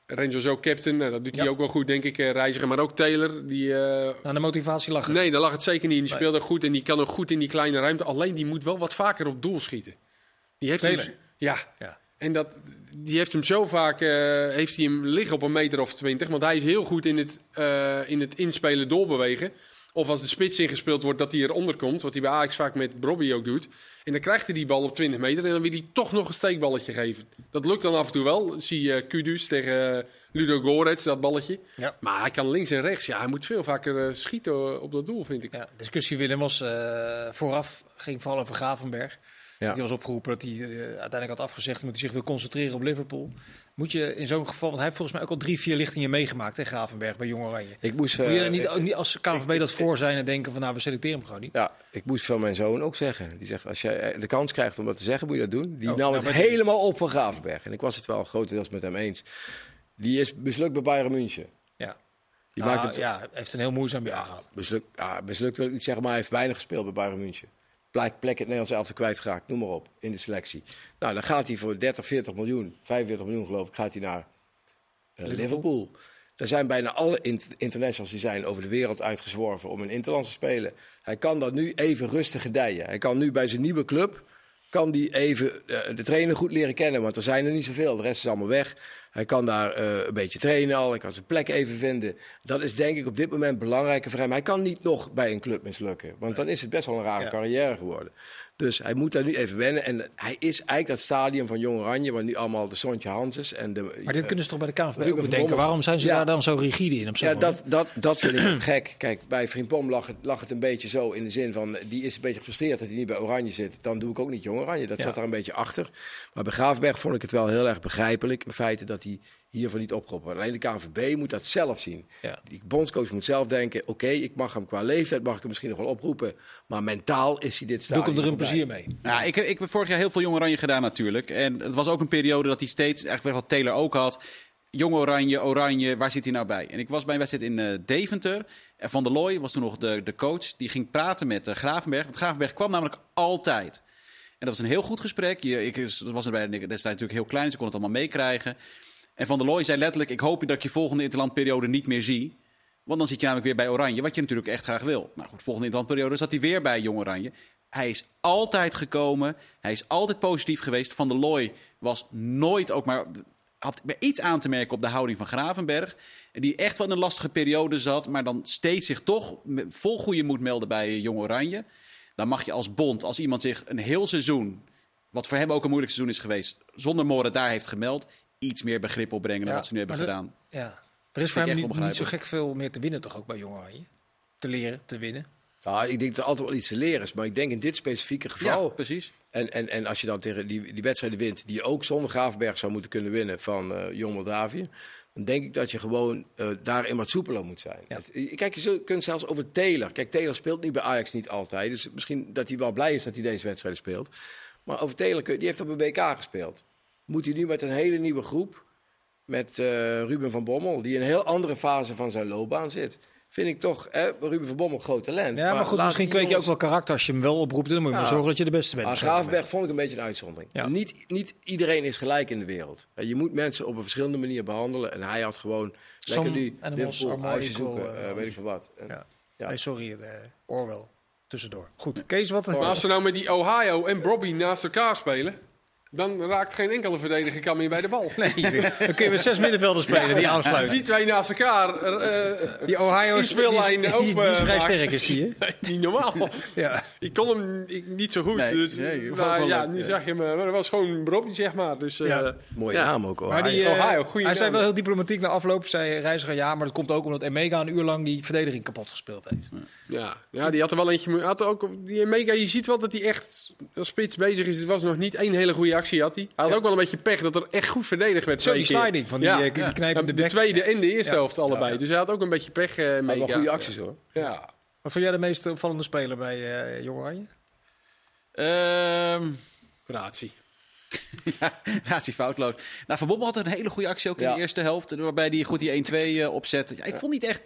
D: Rangers ook captain, nou, dat doet hij
B: Ja.
D: ook wel goed, denk ik, uh, Reiziger. Maar ook Taylor, die... Uh,
B: Aan de motivatie lag het.
D: nee, daar lag het zeker niet in. Die
B: Nee.
D: speelde goed en die kan ook goed in die kleine ruimte. Alleen die moet wel wat vaker op doel schieten. Die heeft
B: Taylor?
D: hem, ja,
B: Ja.
D: en dat, die heeft hem zo vaak uh, heeft hij hem liggen op een meter of twintig. Want hij is heel goed in het, uh, in het inspelen doorbewegen. Of als de spits ingespeeld wordt, dat hij eronder komt. Wat hij bij Ajax vaak met Brobby ook doet. En dan krijgt hij die bal op twintig meter. En dan wil hij toch nog een steekballetje geven. Dat lukt dan af en toe wel. Zie je uh, Kudus tegen uh, Ludo Goretz, dat balletje.
B: Ja.
D: Maar hij kan links en rechts. Ja, hij moet veel vaker uh, schieten op dat doel, vind ik.
B: Ja, de discussie Willem was uh, vooraf, ging vooral over Gravenberg.
C: Ja.
B: Die was opgeroepen dat hij uh, uiteindelijk had afgezegd omdat hij zich wil concentreren op Liverpool. Moet je in zo'n geval, want hij heeft volgens mij ook al drie, vier lichtingen meegemaakt tegen Gravenberg bij Jong Oranje.
C: Ik moest,
B: Moet je
C: uh,
B: er niet,
C: ik-
B: ook niet als K N V B dat voor zijn en denken van nou we selecteren hem gewoon niet?
C: Ja, ik moest van mijn zoon ook zeggen. Die zegt, als jij de kans krijgt om dat te zeggen, moet je dat doen. Die
B: Oh,
C: nam
B: nou,
C: het
B: maar-
C: helemaal op van Gravenberg. En ik was het wel grotendeels met hem eens. Die is mislukt bij Bayern München.
B: Ja.
C: Die
B: Nou,
C: maakt het,
B: ja, heeft een heel moeizaam jaar gehad.
C: mislukt, ja, mislukt wil ik niet zeggen, maar hij heeft weinig gespeeld bij Bayern München. Plek, plek het Nederlands elftal kwijtgeraakt, noem maar op, in de selectie. Nou, dan gaat hij voor dertig, veertig miljoen, vijfenveertig miljoen geloof ik, gaat hij naar uh,
B: Liverpool.
C: Liverpool. Er zijn bijna alle in- internationals die zijn over de wereld uitgezworven om een interland te spelen. Hij kan dat nu even rustig gedijen. Hij kan nu bij zijn nieuwe club, kan die even uh, de trainer goed leren kennen, want er zijn er niet zoveel. De rest is allemaal weg. Hij kan daar uh, een beetje trainen al. Hij kan zijn plek even vinden. Dat is denk ik op dit moment belangrijker voor hem. Hij kan niet nog bij een club mislukken. Want dan is het best wel een rare
B: Ja.
C: carrière geworden. Dus hij moet daar nu even wennen. En hij is eigenlijk dat stadium van Jong Oranje, waar nu allemaal de Sontje Hanses en de...
B: Maar dit kunnen ze toch bij de K N V B
C: Ruben
B: ook
C: van
B: bedenken?
C: Bommel.
B: Waarom zijn ze
C: Ja.
B: daar dan zo rigide in? Op zo'n
C: Ja,
B: moment?
C: dat, dat, dat vind ik ook gek. Kijk, bij Frimpong lag het, lag het een beetje zo in de zin van... die is een beetje gefrustreerd dat hij niet bij Oranje zit. Dan doe ik ook niet Jong Oranje. Dat
B: Ja.
C: zat daar een beetje achter. Maar bij Gravenberg vond ik het wel heel erg begrijpelijk... in feite dat hij hiervoor niet opgeroepen wordt. Alleen de K N V B moet dat zelf zien.
B: Ja.
C: Die bondscoach moet zelf denken... oké, okay, ik mag hem qua leeftijd mag ik hem misschien nog wel oproepen... maar mentaal is hij dit
B: Doe
C: stadium
B: ik hem er een
C: voorbij.
B: plezier mee.
E: Ja, ik, ik heb vorig jaar heel veel Jong Oranje gedaan natuurlijk. En het was ook een periode dat hij steeds, eigenlijk wat Taylor ook had... Jong Oranje, Oranje, waar zit hij nou bij? En ik was bij een wedstrijd in uh, Deventer. En Van der Looy was toen nog de, de coach. Die ging praten met uh, Gravenberg. Want Gravenberg kwam namelijk altijd. En dat was een heel goed gesprek. Je, ik dat was er bij de destijds natuurlijk heel klein, dus ik kon het allemaal meekrijgen. En Van der Looy zei letterlijk... ik hoop dat ik je volgende interlandperiode niet meer zie. Want dan zit je namelijk weer bij Oranje, wat je natuurlijk echt graag wil. Nou goed, volgende interlandperiode zat hij weer bij Jong Oranje. Hij is altijd gekomen. Hij is altijd positief geweest. Van der Looy was nooit ook maar... had iets aan te merken op de houding van Gravenberg. Die echt wel in een lastige periode zat... maar dan steeds zich toch vol goede moed melden bij Jong Oranje. Dan mag je als bond, als iemand zich een heel seizoen... wat voor hem ook een moeilijk seizoen is geweest... zonder Moren daar heeft gemeld... iets meer begrip opbrengen dan
B: Ja,
E: wat ze nu hebben
B: maar de-
E: gedaan.
B: Ja. Er is voor
E: ik
B: hem
E: echt
B: niet, niet zo
E: onbegrijpelijk.
B: gek veel meer te winnen toch ook bij Jong Oranje? Te leren, te winnen.
C: Ja, ik denk dat er altijd wel iets te leren is. Maar ik denk in dit specifieke geval...
E: Ja, precies.
C: En, en, en als je dan tegen die, die wedstrijden wint, die je ook zonder Gravenberg zou moeten kunnen winnen van uh, Jong Moldavië, dan denk ik dat je gewoon uh, daarin wat soepeler moet zijn.
B: Ja.
C: Het, kijk, je zult- kunt zelfs over Taylor. Kijk, Taylor speelt nu bij Ajax niet altijd. Dus misschien dat hij wel blij is dat hij deze wedstrijden speelt. Maar over Taylor, kun- die heeft op een W K gespeeld. Moet hij nu met een hele nieuwe groep, met uh, Ruben van Bommel, die in een heel andere fase van zijn loopbaan zit. Vind ik toch, hè, Ruben van Bommel, groot talent.
B: Ja, maar goed,
C: laat
B: misschien
C: die
B: kweek je ook
C: jongens-
B: wel karakter als je hem wel oproept. Dan moet je
C: Ja.
B: maar zorgen dat je de beste bent.
C: Maar
B: op zo'n moment.
C: Gravenberg vond ik een beetje een uitzondering.
B: Ja.
C: Niet, niet iedereen is gelijk in de wereld. Je moet mensen op een verschillende manier behandelen. En hij had gewoon
B: Some
C: lekker nu
B: animals
C: Liverpool,
B: are more
C: huisje
B: equal,
C: zoeken,
B: uh,
C: uh, weet ik veel wat. En-
B: Ja.
C: Ja.
B: Nee, sorry, uh, Orwell. Tussendoor. Goed, Kees, wat...
D: Maar als ze nou met die Ohio en Brobby naast elkaar spelen... dan raakt geen enkele verdediger kan meer bij de bal.
B: Nee, dan kun je met zes middenvelders spelen die aansluiten.
D: Die twee naast elkaar... uh,
B: Die Ohio
D: die
B: is,
D: speellijn
B: die, is-
D: open
B: die, die is vrij
D: maken.
B: sterk, is die, hè?
D: Nee, niet normaal.
B: Ja.
D: Ik kon hem ik, niet zo goed.
E: Nee,
D: dus,
E: nee, ik vond
D: nou,
E: het wel
D: ja,
E: leuk,
D: nu
E: ja.
D: zag je hem. Maar dat was gewoon Brobby, zeg maar. Dus, uh,
B: Ja.
C: Mooie
D: Ja.
C: naam ook.
B: Maar
C: Ohio.
B: die, uh,
D: Ohio, goeie
B: hij zei
D: naam.
B: wel heel diplomatiek na afloop, zei Reiziger, ja, maar dat komt ook omdat Emega een uur lang die verdediging kapot gespeeld heeft.
D: ja. ja, die had er wel eentje... mo- Had er ook, die Mega, je ziet wel dat hij echt als spits bezig is. Het was nog niet één hele goede actie, had hij. Hij had
B: Ja.
D: ook wel een beetje pech dat er echt goed verdedigd werd.
B: Zo, die
D: twee keer.
B: sliding van die,
D: Ja.
B: eh, die
D: Ja.
B: knijpende
D: De
B: bek.
D: tweede en de eerste
B: Ja.
D: helft allebei.
B: Ja, ja.
D: Dus hij had ook een beetje pech, uh,
C: Had
D: Mega.
C: wel goede acties hoor.
D: Ja.
B: Wat vond jij de meest opvallende speler bij uh, Jong Oranje?
E: Ehm
D: Ratie.
E: ja, Nazi foutloos. Nou, Van Bommel had een hele goede actie ook in
C: Ja.
E: de eerste helft. Waarbij hij goed die één twee uh, opzette. Ja, ik vond niet echt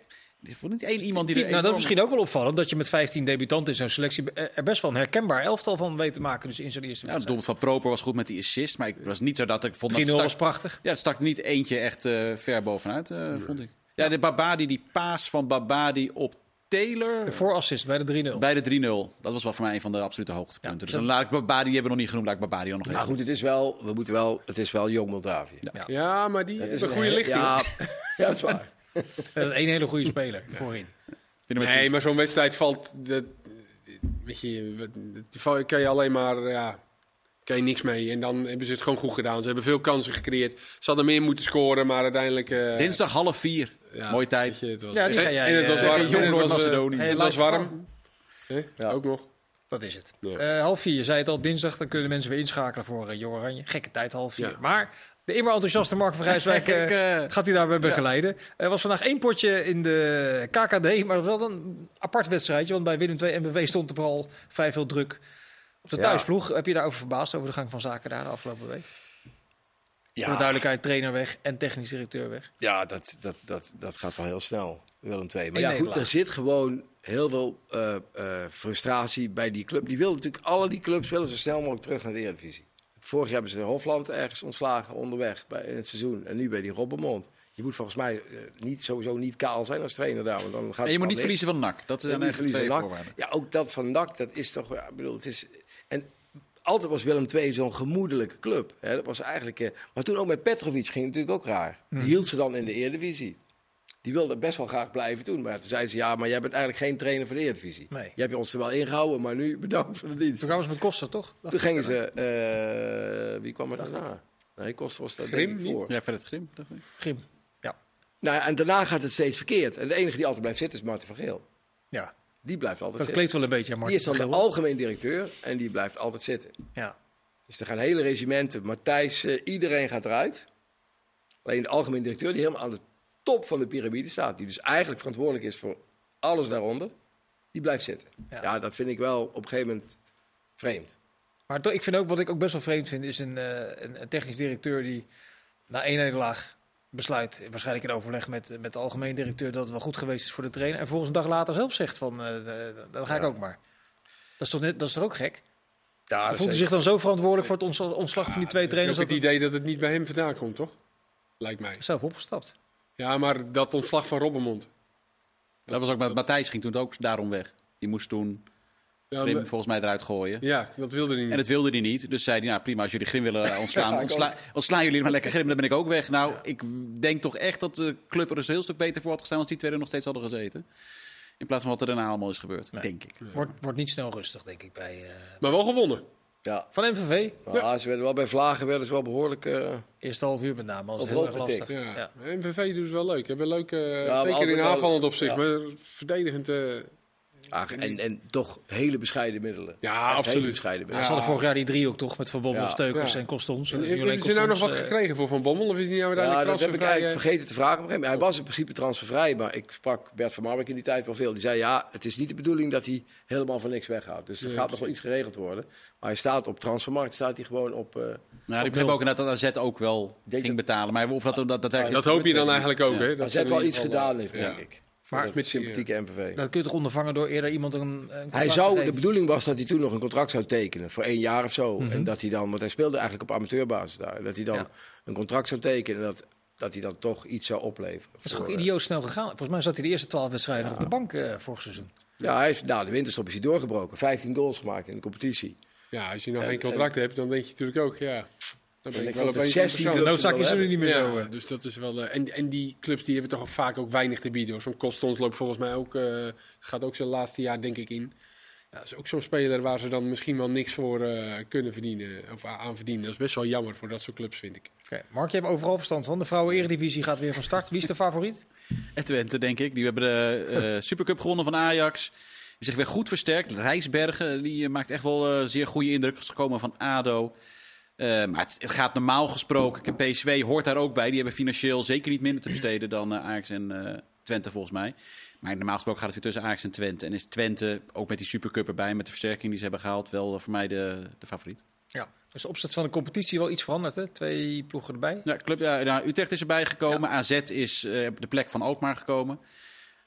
E: Ik vond niet één iemand die
B: Tien,
E: er
B: nou, dat is
E: enorm-
B: misschien ook wel opvallend dat je met vijftien debutanten in zo'n selectie er best wel een herkenbaar elftal van weet te maken. Dus in zijn eerste
E: Ja, het
B: wedstrijd.
E: doelpunt van Proper was goed met die assist. Maar ik was niet zo dat ik vond dat
B: drie nul
E: het
B: was
E: stak,
B: prachtig.
E: ja, het stak niet eentje echt uh, ver bovenuit, uh, nee. vond ik. Ja, de Babadi, die paas van Babadi op Taylor.
B: De voorassist bij de drie nul.
E: Bij de drie nul. Dat was wel voor mij een van de absolute hoogtepunten.
B: Ja,
E: dus dan laat ik Babadi, die hebben we nog niet genoemd, laat ik Babadi dan nog even.
C: Maar goed, het is wel, we moeten wel, het is wel jong Moldavië.
E: Ja.
B: Ja.
D: Ja, maar die
C: Het
D: is
C: is
D: een goede
C: he-
D: lichting.
C: Ja, ja, dat is waar.
B: Dat is één hele goede speler voorin.
D: Nee, maar zo'n wedstrijd valt... Dat, weet je, dat kan je alleen maar... Ja, kan je niks mee. En dan hebben ze het gewoon goed gedaan. Ze hebben veel kansen gecreëerd. Ze hadden meer moeten scoren, maar uiteindelijk... Uh,
E: Dinsdag half vier.
D: ja,
E: Mooie tijd.
D: weet je, het was,
B: Ja, die ga jij,
D: en het was
B: eh,
D: warm.
E: jong
D: en het was, uh,
E: Noord-Macedonië.
D: Het was warm. Hè?
C: Ja.
D: Ook nog.
B: Dat is het.
D: Ja.
B: Uh, half vier, je zei het al, dinsdag. Dan kunnen mensen weer inschakelen voor uh, Jong Oranje. Gekke tijd, half vier.
D: Ja.
B: Maar de immer enthousiaste Mark van Rijswijk uh,
E: Ik, uh,
B: gaat u daarbij begeleiden. Er was vandaag één potje in de K K D, maar dat was wel een apart wedstrijdje. Want bij Willem twee en M V V stond er vooral vrij veel druk op de
C: Ja.
B: thuisploeg. Heb je daarover verbaasd, over de gang van zaken daar de afgelopen week? Voor de
C: Ja,
B: duidelijkheid, trainer weg en technisch directeur weg.
C: ja dat, dat, dat, dat gaat wel heel snel, Willem twee. Maar
B: Eén
C: ja, goed,
B: nederlaag.
C: er zit gewoon heel veel uh, uh, frustratie bij die club. Die willen natuurlijk, alle die clubs willen zo snel mogelijk terug naar de Eredivisie. Vorig jaar hebben ze Hofland ergens ontslagen onderweg bij, in het seizoen. En nu bij die Robbenmond. Je moet volgens mij uh, niet, sowieso niet kaal zijn als trainer daar. Want dan gaat
E: En je
C: het
E: moet niet
C: mis.
E: verliezen van N A C. Dat
C: Je
E: zijn
C: moet
E: even
C: verliezen
E: twee
C: van N A C.
E: voorwaarden.
C: Ja, ook dat van N A C, dat is toch... Ja, ik bedoel, het is, en altijd was Willem twee zo'n gemoedelijke club. Hè? Dat was eigenlijk, uh, maar toen ook met Petrovic ging het natuurlijk ook raar. Die hield ze dan in de Eredivisie. Die wilde best wel graag blijven doen. Maar toen zeiden ze, ja, maar jij bent eigenlijk geen trainer voor de Eredivisie.
B: Nee.
C: Je hebt je ons er wel ingehouden, maar nu bedankt voor de dienst.
B: Toen kwamen ze met Koster, toch?
C: Toen gingen ze... Uh, wie kwam er daarna? Nee, Koster was daar
D: Grim,
C: denk ik
D: niet?
C: voor.
E: Ja, verder het Grim. dacht ik.
B: Grim. Ja.
C: Nou, ja, en daarna gaat het steeds verkeerd. En de enige die altijd blijft zitten is Marten van Geel.
B: Ja.
C: Die blijft altijd
B: Dat
C: zitten.
B: kleedt wel een beetje aan
C: Die
B: Martin
C: is dan de
B: van Geel.
C: algemeen directeur en die blijft altijd zitten.
B: Ja.
C: Dus er gaan hele regimenten. Matthijs, uh, iedereen gaat eruit. Alleen de algemeen directeur, die helemaal aan de top van de piramide staat, die dus eigenlijk verantwoordelijk is voor alles daaronder, die blijft zitten.
B: Ja.
C: Ja, dat vind ik wel op een gegeven moment vreemd.
B: Maar toch, ik vind ook, wat ik ook best wel vreemd vind, is een, uh, een, een technisch directeur die na één nederlaag besluit, waarschijnlijk in overleg met, met de algemeen directeur, dat het wel goed geweest is voor de trainer. En volgens een dag later zelf zegt van, uh, uh, dan ga ik
C: Ja.
B: ook maar. Dat is toch, net, dat is toch ook gek?
C: Ja,
B: Voelt hij zich dan zo verantwoordelijk voor het ons- ontslag van die twee
D: Ik heb
B: trainers
D: ook
B: dat
D: het
B: hij
D: idee dat het niet bij hem vandaan komt, toch? Lijkt mij.
B: zelf opgestapt?
D: Ja, maar dat ontslag van Robbenmond.
E: Dat was ook met Matthijs, ging toen ook daarom weg. Die moest toen
D: Ja,
E: Grim
D: maar-
E: volgens mij eruit gooien.
D: ja, dat wilde hij niet.
E: En dat wilde hij niet. Dus zei hij, nou prima, als jullie Grim willen ontslaan,
C: Ja, ik
E: ontsla, ontslaan jullie maar lekker Grim, dan ben ik ook weg. Nou, ik denk toch echt dat de club er dus een heel stuk beter voor had gestaan als die twee er nog steeds hadden gezeten. In plaats van wat er daarna allemaal is gebeurd,
B: Nee.
E: denk ik.
B: Wordt, wordt niet snel rustig, denk ik, bij uh,
D: Maar wel gewonnen.
C: Ja.
B: van M V V.
C: Maar ze werden wel bij Vlagen werden ze wel behoorlijk. Uh,
B: Eerste half uur met name, als het
C: Overal
B: heel erg lastig.
C: getikt.
D: Ja.
B: Ja.
D: M V V doet het wel leuk. Hebben leuk, uh,
C: maar
D: zeker
C: altijd
D: in
C: wel-
D: aanvallend opzicht,
C: ja.
D: maar verdedigend. Uh,
C: ah, en, en toch hele bescheiden middelen.
D: Ja,
C: Echt
D: absoluut.
C: Hele bescheiden
B: Ja,
C: middelen.
B: ze hadden vorig jaar die driehoek toch, met Van Bommel,
C: Ja.
B: Steukers
D: Ja.
B: en Kostons.
D: en,
B: En
D: en, hebben ze nou nog wat gekregen voor Van Bommel? Of is hij nou
C: Ja,
D: uiteindelijk
C: dat heb ik
D: transfervrij,
C: eigenlijk
D: uh,
C: vergeten te vragen. Op een gegeven moment. Hij was in principe transfervrij, maar ik sprak Bert van Marwijk in die tijd wel veel. Die zei, ja, het is niet de bedoeling dat hij helemaal van niks weggaat. Dus er
D: Ja,
C: gaat nog wel
D: precies.
C: iets geregeld worden. Maar hij staat op transfermarkt, staat hij gewoon op... Uh,
E: Nou,
C: Op
E: ik begreep
C: nul.
E: ook inderdaad dat A Z ook wel
C: denk
E: ging
C: dat-
E: betalen. Maar of dat, dat, dat, dat,
D: Dat hoop je dan eigenlijk ook,
E: Ja.
D: hè?
C: dat
D: Dat
C: AZ wel
D: in
C: iets
D: ieder geval,
C: gedaan heeft,
D: ja.
C: denk ik.
B: Maar
C: Maar met sympathieke M V V.
B: Dat kun je toch ondervangen door eerder iemand een, een
C: Hij
B: contract te
C: zou, de
B: geven?
C: bedoeling was dat hij toen nog een contract zou tekenen voor één jaar of zo.
B: Mhm.
C: En dat hij dan, want hij speelde eigenlijk op amateurbasis daar. Dat hij dan
B: Ja.
C: een contract zou tekenen en dat, dat hij dan toch iets zou opleveren.
B: Dat is toch
C: voor,
B: ook
C: eh,
B: idioot snel gegaan. Volgens mij zat hij de eerste twaalf wedstrijden nog op de bank uh, vorig seizoen.
C: Ja, hij heeft, nou, de winterstop is hij doorgebroken. vijftien goals gemaakt in de competitie.
D: Ja, als je nog
C: En-
D: geen contract hebt, dan denk je natuurlijk ook, ja... Dan ben
C: En
D: ik
C: ik
D: wel
C: vond het
D: opeens
C: zestien
D: interessant.
B: De noodzaak is er nu
C: hebben.
B: niet meer
D: Ja,
B: zo. uh.
D: dus dat is wel. Uh, en, en die clubs die hebben toch vaak ook weinig te bieden. hoor. Zo'n Kostons loopt volgens mij ook. Uh, gaat ook zijn laatste jaar, denk ik, in. Ja, dat is ook zo'n speler waar ze dan misschien wel niks voor uh, kunnen verdienen. Of a- aan verdienen. Dat is best wel jammer voor dat soort clubs, vind ik.
B: Okay. Mark, je hebt overal verstand van. De vrouwen-eredivisie gaat weer van start. Wie is de favoriet?
E: En Twente, denk ik. Die hebben de uh, Supercup gewonnen van Ajax. Die zich weer goed versterkt. Rijsbergen, die uh, maakt echt wel uh, zeer goede indruk. Is gekomen van ADO. Uh, maar het, het gaat normaal gesproken. P S V hoort daar ook bij. Die hebben financieel zeker niet minder te besteden dan uh, Ajax en uh, Twente volgens mij. Maar normaal gesproken gaat het weer tussen Ajax en Twente. En is Twente, ook met die Supercup erbij, met de versterking die ze hebben gehaald, wel uh, voor mij de, de favoriet.
B: Ja. Dus de opzet van de competitie wel iets veranderd, hè? Twee ploegen erbij.
E: Ja, club, ja, nou, Utrecht is erbij gekomen. Ja. A Z is uh, op de plek van Alkmaar gekomen.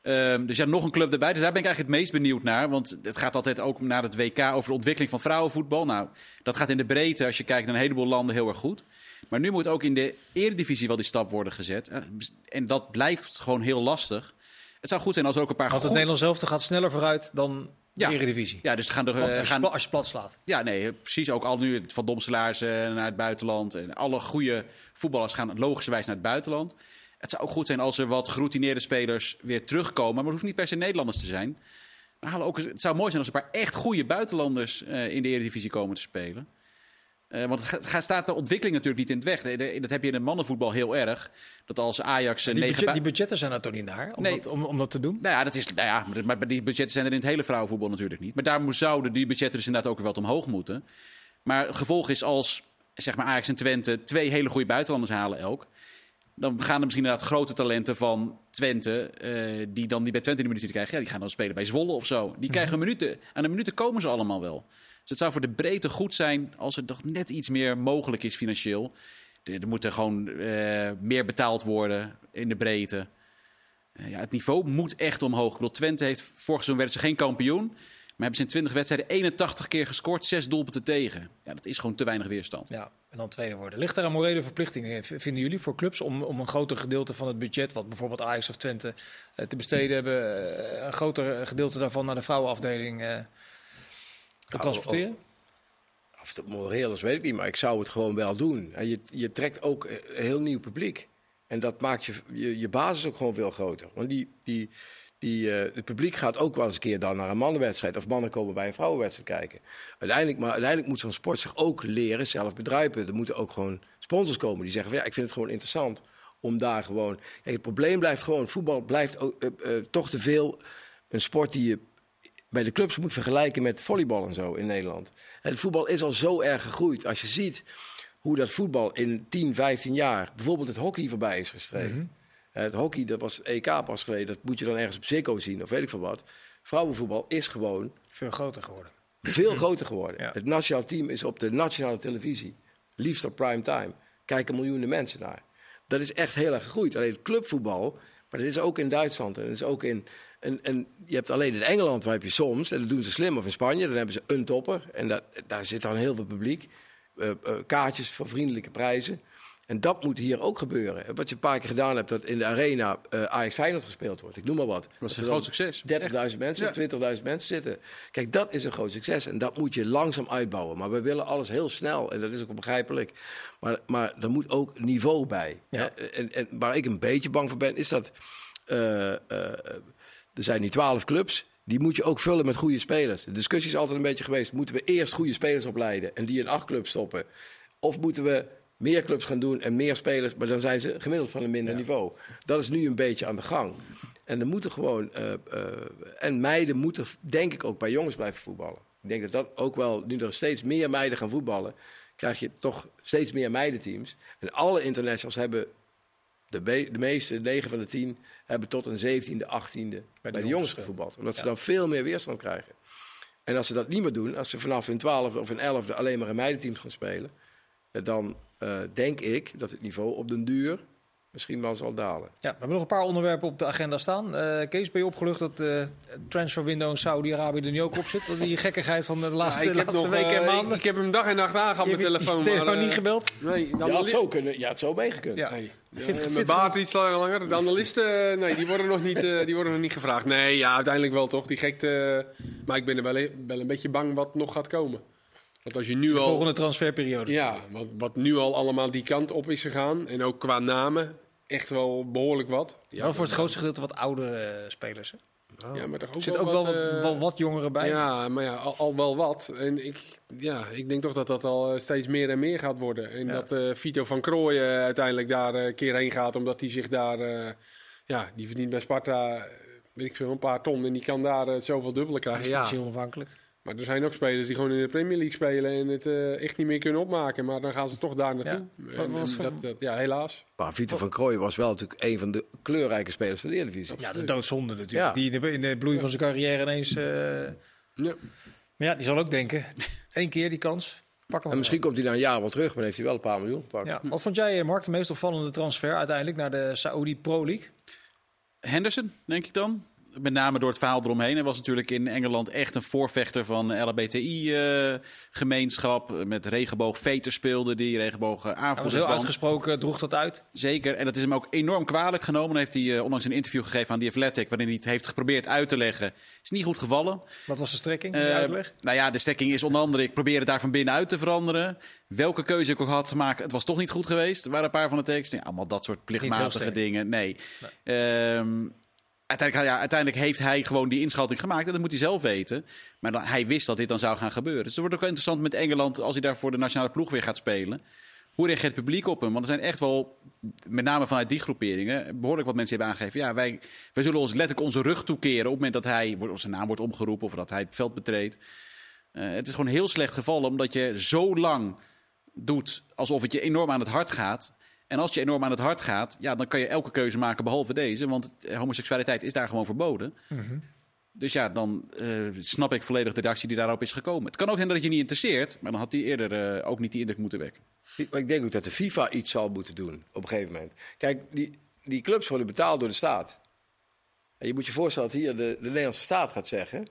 E: Um, dus ja, nog een club erbij. Dus daar ben ik eigenlijk het meest benieuwd naar. Want het gaat altijd ook naar het W K over de ontwikkeling van vrouwenvoetbal. Nou, dat gaat in de breedte, als je kijkt naar een heleboel landen, heel erg goed. Maar nu moet ook in de eredivisie wel die stap worden gezet. En dat blijft gewoon heel lastig. Het zou goed zijn als er ook een paar...
B: Want het
E: goed...
B: Nederlands elftal gaat sneller vooruit dan de
E: ja.
B: eredivisie.
E: Ja, dus gaan er,
B: als, je
E: gaan...
B: pla- als je plat slaat.
E: Ja, nee, precies. Ook al nu van Domselaars uh, naar het buitenland. En alle goede voetballers gaan logischerwijs naar het buitenland. Het zou ook goed zijn als er wat geroutineerde spelers weer terugkomen. Maar het hoeft niet per se Nederlanders te zijn. Maar halen ook, het zou mooi zijn als er een paar echt goede buitenlanders uh, in de Eredivisie komen te spelen. Uh, want het gaat, staat de ontwikkeling natuurlijk niet in het weg. De, de, dat heb je in het mannenvoetbal heel erg. Dat als Ajax...
B: Die,
E: negen
B: budget,
E: bu-
B: die budgetten zijn er toch niet naar om,
E: Nee.
B: dat, om, om dat te doen?
E: Nou ja, dat is, nou ja, maar, maar die budgetten zijn er in het hele vrouwenvoetbal natuurlijk niet. Maar daar zouden die budgetten dus inderdaad ook weer wat omhoog moeten. Maar het gevolg is als zeg maar Ajax en Twente twee hele goede buitenlanders halen elk... dan gaan er misschien inderdaad grote talenten van Twente... Uh, die dan die bij Twente de minuten krijgen. Ja, die gaan dan spelen bij Zwolle of zo. Die krijgen minuten. Aan de minuten komen ze allemaal wel. Dus het zou voor de breedte goed zijn als er toch net iets meer mogelijk is financieel. Er moet er gewoon uh, meer betaald worden in de breedte. Uh, ja, het niveau moet echt omhoog. Ik bedoel, Twente heeft vorig seizoen werden ze geen kampioen. Maar hebben ze in twintig wedstrijden eenentachtig keer gescoord, zes doelpunten tegen. Ja, dat is gewoon te weinig weerstand.
B: Ja, en dan tweede worden. Ligt er een morele verplichting, vinden jullie, voor clubs... om, om een groter gedeelte van het budget, wat bijvoorbeeld Ajax of Twente uh, te besteden hebben... Uh, een groter gedeelte daarvan naar de vrouwenafdeling uh, te transporteren?
C: Oh, Of het moreel is, weet ik niet, maar ik zou het gewoon wel doen. En je, je trekt ook een heel nieuw publiek. En dat maakt je, je, je basis ook gewoon veel groter. Want die, die, die, uh, het publiek gaat ook wel eens een keer dan naar een mannenwedstrijd... of mannen komen bij een vrouwenwedstrijd kijken. Uiteindelijk, maar uiteindelijk moet zo'n sport zich ook leren zelf bedruipen. Er moeten ook gewoon sponsors komen die zeggen van... ja, ik vind het gewoon interessant om daar gewoon... Kijk, het probleem blijft gewoon, voetbal blijft ook, uh, uh, toch te veel een sport die je... bij de clubs moet vergelijken met volleybal en zo in Nederland. Het voetbal is al zo erg gegroeid. Als je ziet hoe dat voetbal in tien, vijftien jaar... bijvoorbeeld het hockey voorbij is gestreefd. Mm-hmm. Het hockey, dat was E K pas geleden. Dat moet je dan ergens op Ziggo zien of weet ik veel wat. Vrouwenvoetbal is gewoon...
B: veel groter geworden.
C: Veel groter geworden. Ja. Het nationaal team is op de nationale televisie. Liefst op prime time. Kijken miljoenen mensen naar. Dat is echt heel erg gegroeid. Alleen het clubvoetbal... maar dat is ook in Duitsland en dat is ook in... En, en je hebt alleen in Engeland, waar heb je soms, en dat doen ze slim, of in Spanje, dan hebben ze een topper. En dat, daar zit dan heel veel publiek. Uh, uh, kaartjes voor vriendelijke prijzen. En dat moet hier ook gebeuren. Wat je een paar keer gedaan hebt, dat in de arena uh, Ajax Feyenoord gespeeld wordt. Ik noem maar wat.
E: Dat was een groot succes.
C: dertigduizend mensen, ja. twintigduizend mensen zitten. Kijk, dat is een groot succes. En dat moet je langzaam uitbouwen. Maar we willen alles heel snel. En dat is ook begrijpelijk. Maar, maar er moet ook niveau bij. Ja. En, en waar ik een beetje bang voor ben, is dat... Uh, uh, Er zijn die twaalf clubs, die moet je ook vullen met goede spelers. De discussie is altijd een beetje geweest, moeten we eerst goede spelers opleiden en die in acht clubs stoppen? Of moeten we meer clubs gaan doen en meer spelers, maar dan zijn ze gemiddeld van een minder ja. niveau. Dat is nu een beetje aan de gang. En er moeten gewoon, uh, uh, en meiden moeten denk ik ook bij jongens blijven voetballen. Ik denk dat dat ook wel, nu er steeds meer meiden gaan voetballen, krijg je toch steeds meer meidenteams. En alle internationals hebben... De, be- de meeste, negen van de tien, hebben tot een zeventiende, achttiende bij de, bij de jongens gevoetbald. Omdat ja. ze dan veel meer weerstand krijgen. En als ze dat niet meer doen, als ze vanaf hun twaalfde of hun elfde alleen maar in meidenteams gaan spelen... dan uh, denk ik dat het niveau op den duur misschien wel zal dalen.
B: Ja, we hebben nog een paar onderwerpen op de agenda staan. Uh, Kees, ben je opgelucht dat de transferwindow in Saudi-Arabië er nu ook op zit? Wat die gekkigheid van de laatste,
D: ja, ik
B: laatste
D: nog,
B: weken en
D: uh,
B: maanden?
D: Ik, ik heb hem dag en nacht aangehad met telefoon.
B: Je hebt
D: maar,
B: niet
D: uh,
B: gebeld?
D: Nee,
C: je had zo kunnen, je had zo meegekund.
B: Ja.
D: Nee. Ja,
B: Fit,
D: mijn
B: fit
D: baard iets langer. De analisten, nee, die worden nog niet, uh, die worden nog niet gevraagd. Nee, ja, uiteindelijk wel toch. Die gekte. Uh, maar ik ben er wel, wel een beetje bang wat nog gaat komen. Want als je nu
B: de
D: al.
B: Volgende transferperiode.
D: Ja, wat, wat nu al allemaal die kant op is gegaan. En ook qua namen. Echt wel behoorlijk wat.
B: Ja, wel voor het grootste gedeelte wat oudere uh, spelers. Hè?
D: Oh. Ja, maar toch ook
B: er zit
D: wel
B: ook
D: wat,
B: wel,
D: uh,
B: wel wat jongeren bij.
D: Ja, maar ja, al, al wel wat. En ik, ja, ik denk toch dat dat al steeds meer en meer gaat worden. En ja. dat uh, Vito van Krooijen uh, uiteindelijk daar een uh, keer heen gaat. Omdat hij zich daar... Uh, ja, die verdient bij Sparta, weet ik veel, een paar ton. En die kan daar uh, zoveel dubbele krijgen.
B: Dat is financieel ja. onafhankelijk.
D: Maar er zijn ook spelers die gewoon in de Premier League spelen en het uh, echt niet meer kunnen opmaken. Maar dan gaan ze toch daar naartoe. Ja, en, en
B: voor...
D: dat, dat, ja helaas.
C: Maar Vito van Krooijen was wel natuurlijk een van de kleurrijke spelers van de Eredivisie.
B: Ja, de doodzonde natuurlijk. Ja. Die in de, in de bloei van zijn carrière ineens... Uh... Ja. Maar ja, die zal ook denken, één keer die kans, pak hem.
C: En misschien komt hij na een jaar wel terug, maar dan heeft hij wel een paar miljoen gepakt.
B: Ja. Wat vond jij, Mark, de meest opvallende transfer uiteindelijk naar de Saudi Pro League?
E: Henderson, denk ik dan. met name door het verhaal eromheen. Hij was natuurlijk in Engeland echt een voorvechter van L H B T I-gemeenschap. Uh, met regenboogveter speelde die, regenboog
B: Hij was
E: aanvoerdersband.
B: heel uitgesproken, droeg dat uit.
E: Zeker, en dat is hem ook enorm kwalijk genomen. Dan heeft hij uh, onlangs een interview gegeven aan The Athletic, waarin hij het heeft geprobeerd uit te leggen. Is niet goed gevallen.
B: Wat was de strekking, die
E: Uh,
B: uitleg?
E: nou ja, de strekking is onder andere, ik probeer het daar van binnenuit te veranderen. Welke keuze ik ook had gemaakt, het was toch niet goed geweest. Er waren een paar van de teksten. Ja, allemaal dat soort plichtmatige
B: sterk.
E: dingen. Nee. nee. Um, uiteindelijk, ja, uiteindelijk heeft hij gewoon die inschatting gemaakt. En dat moet hij zelf weten. Maar dan, hij wist dat dit dan zou gaan gebeuren. Dus het wordt ook wel interessant met Engeland, als hij daar voor de nationale ploeg weer gaat spelen. Hoe reageert het publiek op hem? Want er zijn echt wel, met name vanuit die groeperingen, behoorlijk wat mensen hebben aangegeven. Ja, wij, wij zullen ons letterlijk onze rug toekeren op het moment dat hij, of zijn naam wordt omgeroepen of dat hij het veld betreedt. Uh, het is gewoon heel slecht gevallen, omdat je zo lang doet alsof het je enorm aan het hart gaat. En als je enorm aan het hart gaat, ja, dan kan je elke keuze maken behalve deze. Want homoseksualiteit is daar gewoon verboden.
B: Mm-hmm.
E: Dus ja, dan uh, snap ik volledig de reactie die daarop is gekomen. Het kan ook zijn dat het je niet interesseert, maar dan had hij eerder uh, ook niet die indruk moeten wekken.
C: Maar ik denk ook dat de FIFA iets zal moeten doen op een gegeven moment. Kijk, die, die clubs worden betaald door de staat. En je moet je voorstellen dat hier de, de Nederlandse staat gaat zeggen...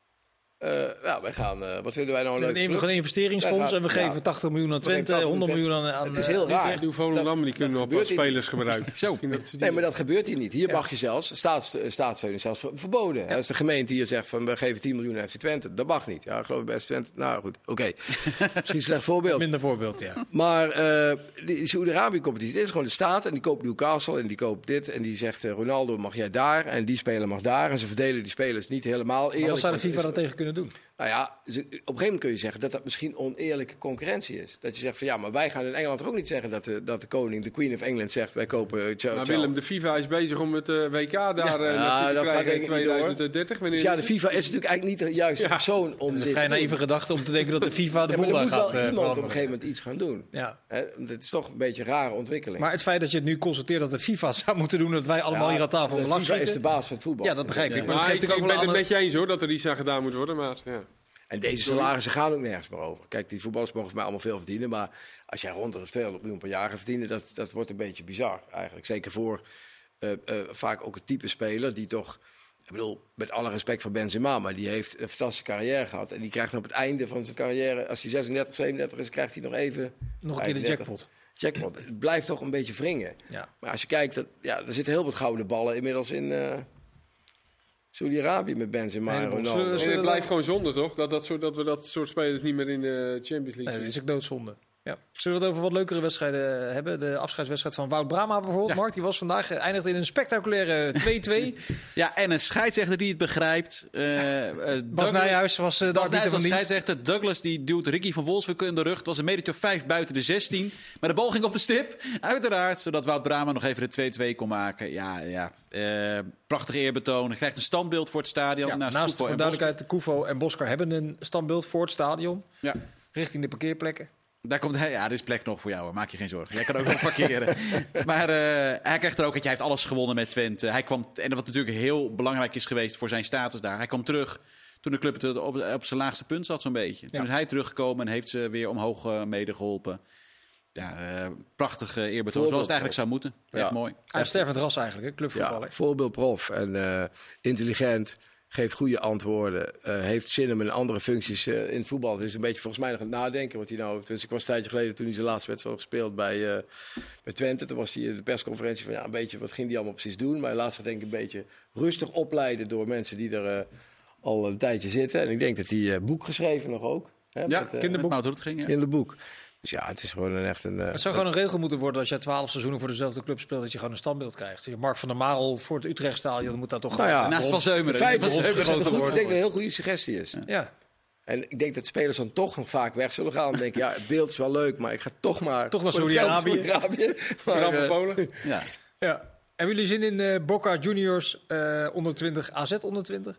C: Uh, ja, wij gaan, uh, wat vinden wij nou een
B: We
C: leuk
B: nemen een investeringsfonds
C: gaan,
B: en we
C: ja,
B: geven tachtig miljoen aan
C: we geven
B: Twente,
C: tachtig
B: honderd miljoen aan, aan
C: Het is heel
B: uh,
C: raar.
D: Doe Volendam, die kunnen nog wat spelers gebruiken.
E: Zo.
C: Nee, maar dat gebeurt hier niet. Hier mag je zelfs, staats, staatssteun is zelfs verboden. Ja. Als de gemeente hier zegt van we geven tien miljoen aan F C Twente, dat mag niet. Ja, ik geloof ik bij F C Twente. Nou goed, oké. Okay. Misschien een slecht voorbeeld.
B: Minder voorbeeld, ja.
C: Maar uh, die Saoedi-Arabië-competitie, dit is gewoon de staat en die koopt Newcastle en die koopt dit. En die zegt uh, Ronaldo mag jij daar en die speler mag daar. En ze verdelen die spelers niet helemaal eerlijk.
B: Maar wat zou de FIFA
C: is,
B: daar tegen kunnen doen?
C: Nou ja, op een gegeven moment kun je zeggen dat dat misschien oneerlijke concurrentie is. Dat je zegt van ja, maar wij gaan in Engeland toch ook niet zeggen dat de, dat de koning, de Queen of England zegt wij kopen... Uh,
D: maar Willem, de FIFA is bezig om het uh, W K daar ja. uh,
C: ja,
D: te
C: dat
D: krijgen in tweeduizend dertig.
C: Dus ja, de FIFA is natuurlijk eigenlijk niet de juiste
D: ja.
C: persoon om
B: dit
C: dit
B: vrij naïeve gedachte om te denken dat de FIFA de
C: ja,
B: boel
C: maar er
B: gaat
C: moet wel
B: uh,
C: iemand op een
B: veranderen.
C: gegeven moment iets gaan doen.
B: Ja.
C: Hè, het is toch een beetje een rare ontwikkeling.
B: Maar het feit dat je het nu constateert dat de FIFA zou moeten doen, dat wij allemaal
C: ja,
B: hier aan tafel
C: de
B: lang
C: FIFA
B: zitten.
C: is de baas van het voetbal.
B: Ja, dat begrijp ik.
D: Ja.
B: Maar,
D: maar
B: dat
D: ik,
B: geeft
D: ik
B: ook
D: ben
B: wel
D: het
B: aan
D: met je eens hoor, dat er iets aan gedaan moet worden. Maar, ja.
C: En deze salarissen gaan ook nergens meer over. Kijk, die voetballers mogen voor mij allemaal veel verdienen. Maar als jij rond de tweehonderd miljoen per jaar gaat verdienen, dat, dat wordt een beetje bizar eigenlijk. Zeker voor uh, uh, vaak ook het type speler die toch... Ik bedoel, met alle respect voor Benzema, maar die heeft een fantastische carrière gehad. En die krijgt dan op het einde van zijn carrière, als hij zesendertig, zevenendertig is, krijgt hij nog even...
B: Nog een keer de jackpot.
C: Jackpot. Het blijft toch een beetje wringen.
B: Ja.
C: Maar als je kijkt, dat, ja, er zitten heel wat gouden ballen inmiddels in... Uh, Saudi-Arabië met Benzema en Ronaldo.
D: En het blijft gewoon zonde, toch? Dat, dat, soort, dat we dat soort spelers niet meer in de Champions League
B: Nee,
D: zien.
B: dat is ook doodzonde. Ja. Zullen we het over wat leukere wedstrijden hebben? De afscheidswedstrijd van Wout Brama bijvoorbeeld,
E: Ja.
B: Mark. Die was vandaag eindigde in een spectaculaire twee-twee.
E: Ja, en een scheidsrechter die het begrijpt. Uh, uh,
B: Bas Nijhuis was uh, de
E: Bas
B: arbiter
E: Nijhuis
B: van
E: was
B: dienst.
E: scheidsrechter. Douglas die duwt Ricky van Wolfswinkel in de rug. Het was een metertje of vijf buiten de zestien. Maar de bal ging op de stip. Uiteraard, zodat Wout Brama nog even de twee-twee kon maken. Ja, ja. Uh, prachtig eerbetoon. Hij krijgt een standbeeld voor het stadion.
B: Ja,
E: naast
B: naast
E: Koevo
B: voor
E: en
B: duidelijkheid, de Koevo en Boskar hebben een standbeeld voor het stadion.
E: Ja.
B: Richting de parkeerplekken.
E: Daar komt hij. Ja, er is plek nog voor jou. Hoor. Maak je geen zorgen. Jij kan ook nog parkeren. Maar uh, hij krijgt er ook. Hij heeft alles gewonnen met Twente. Hij kwam, en wat natuurlijk heel belangrijk is geweest voor zijn status daar. Hij kwam terug toen de club het op, op zijn laagste punt zat, zo'n beetje. Toen
B: ja.
E: is hij teruggekomen en heeft ze weer omhoog uh, mede geholpen. Ja, uh, prachtig uh, eerbetoon. Zoals het eigenlijk zou moeten. Echt
C: ja.
E: mooi.
B: Uitstervend ras eigenlijk, hè? Clubvoetballer.
C: Ja, voorbeeldprof en uh, intelligent. Geeft goede antwoorden. Uh, heeft zin om in andere functies uh, in het voetbal. Het is een beetje volgens mij nog aan het nadenken. Wat hij nou, dus ik was een tijdje geleden toen hij zijn laatste wedstrijd had gespeeld bij, uh, bij Twente. Toen was hij in de persconferentie van ja, een beetje wat ging hij allemaal precies doen. Maar hij laat zich denk ik een beetje rustig opleiden door mensen die er uh, al een tijdje zitten. En ik denk dat hij uh, boek geschreven nog ook. Hè,
E: Ja,
C: met, uh,
E: kinderboek. Met Maud ging, ja.
C: Kinderboek. Dus ja, het is gewoon een echt een... Uh,
B: Het zou gewoon een regel moeten worden als je twaalf seizoenen voor dezelfde club speelt, dat je gewoon een standbeeld krijgt. Mark van der Marel voor het Utrechtstadion moet dat toch
C: nou ja,
B: gewoon...
E: Naast Van Zeumeren.
C: Feit
E: Van
C: is,
E: Zeumeren
C: dat is een
E: grote
C: goed- ik
E: woorden.
C: denk dat het een heel goede suggestie is.
B: Ja.
C: En ik denk dat spelers dan toch nog vaak weg zullen gaan. En denken, ja, het beeld is wel leuk, maar ik ga toch maar...
B: Toch naar
C: voor het geld
B: Saoedi-Arabië.
C: Saoedi-Arabië. Maar,
D: Ramp
C: eh,
D: Polen.
E: Ja.
B: Ja. Hebben jullie zin in uh, Boca Juniors uh, onder twintig, A Z onder twintig?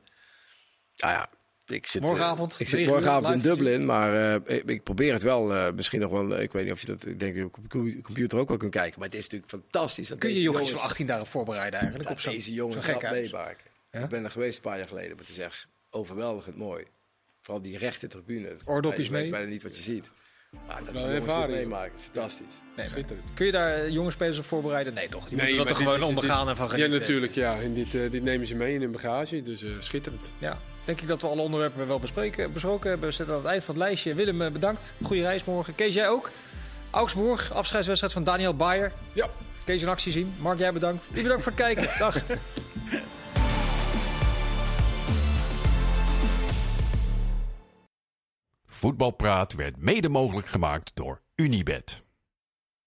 C: nou ja, ik zit,
B: Morgenavond,
C: eh, ik zit
B: negen uur,
C: morgenavond in
B: live te
C: Dublin, maar uh, ik, ik probeer het wel uh, misschien nog wel... Ik weet niet of je dat... Ik denk dat je op de computer ook wel kunt kijken. Maar het is natuurlijk fantastisch. Dat
B: Kun je
C: deze
B: jochies
C: jongens-
B: van achttien daarop voorbereiden eigenlijk?
C: dat
B: op zo'n,
C: deze
B: zo'n
C: jongens
B: gek
C: dat
B: huis?
C: meemaken.
B: Ja?
C: Ik ben er geweest een paar jaar geleden, maar het is echt overweldigend mooi. Vooral die rechte tribune.
B: Oordopjes
C: Je weet
B: mee?
C: bijna niet wat je ziet. Ah, dat
D: Wel
C: we jongens dit
D: ervaring.
C: meemaken, fantastisch.
B: Nee, nee.
D: Schitterend.
B: Kun je daar eh, jonge spelers op voorbereiden? Nee, toch? Die
D: Nee,
B: moeten dat
D: maar
B: er
D: dit
B: gewoon
D: is-
B: ondergaan
D: dit-
B: en van
D: Ja,
B: genieten.
D: natuurlijk. Ja. En dit, uh, dit nemen ze mee in hun bagage. Dus uh, schitterend.
B: Ja, denk ik dat we alle onderwerpen wel bespreken, besproken hebben. We zitten aan het eind van het lijstje. Willem, eh, bedankt. Goeie reis morgen. Kees, jij ook. Augsburg, afscheidswedstrijd van Daniel Bayer.
D: Ja.
B: Kees in actie zien. Mark, jij bedankt. U bedankt voor het kijken. Dag.
A: Voetbalpraat werd mede mogelijk gemaakt door Unibet.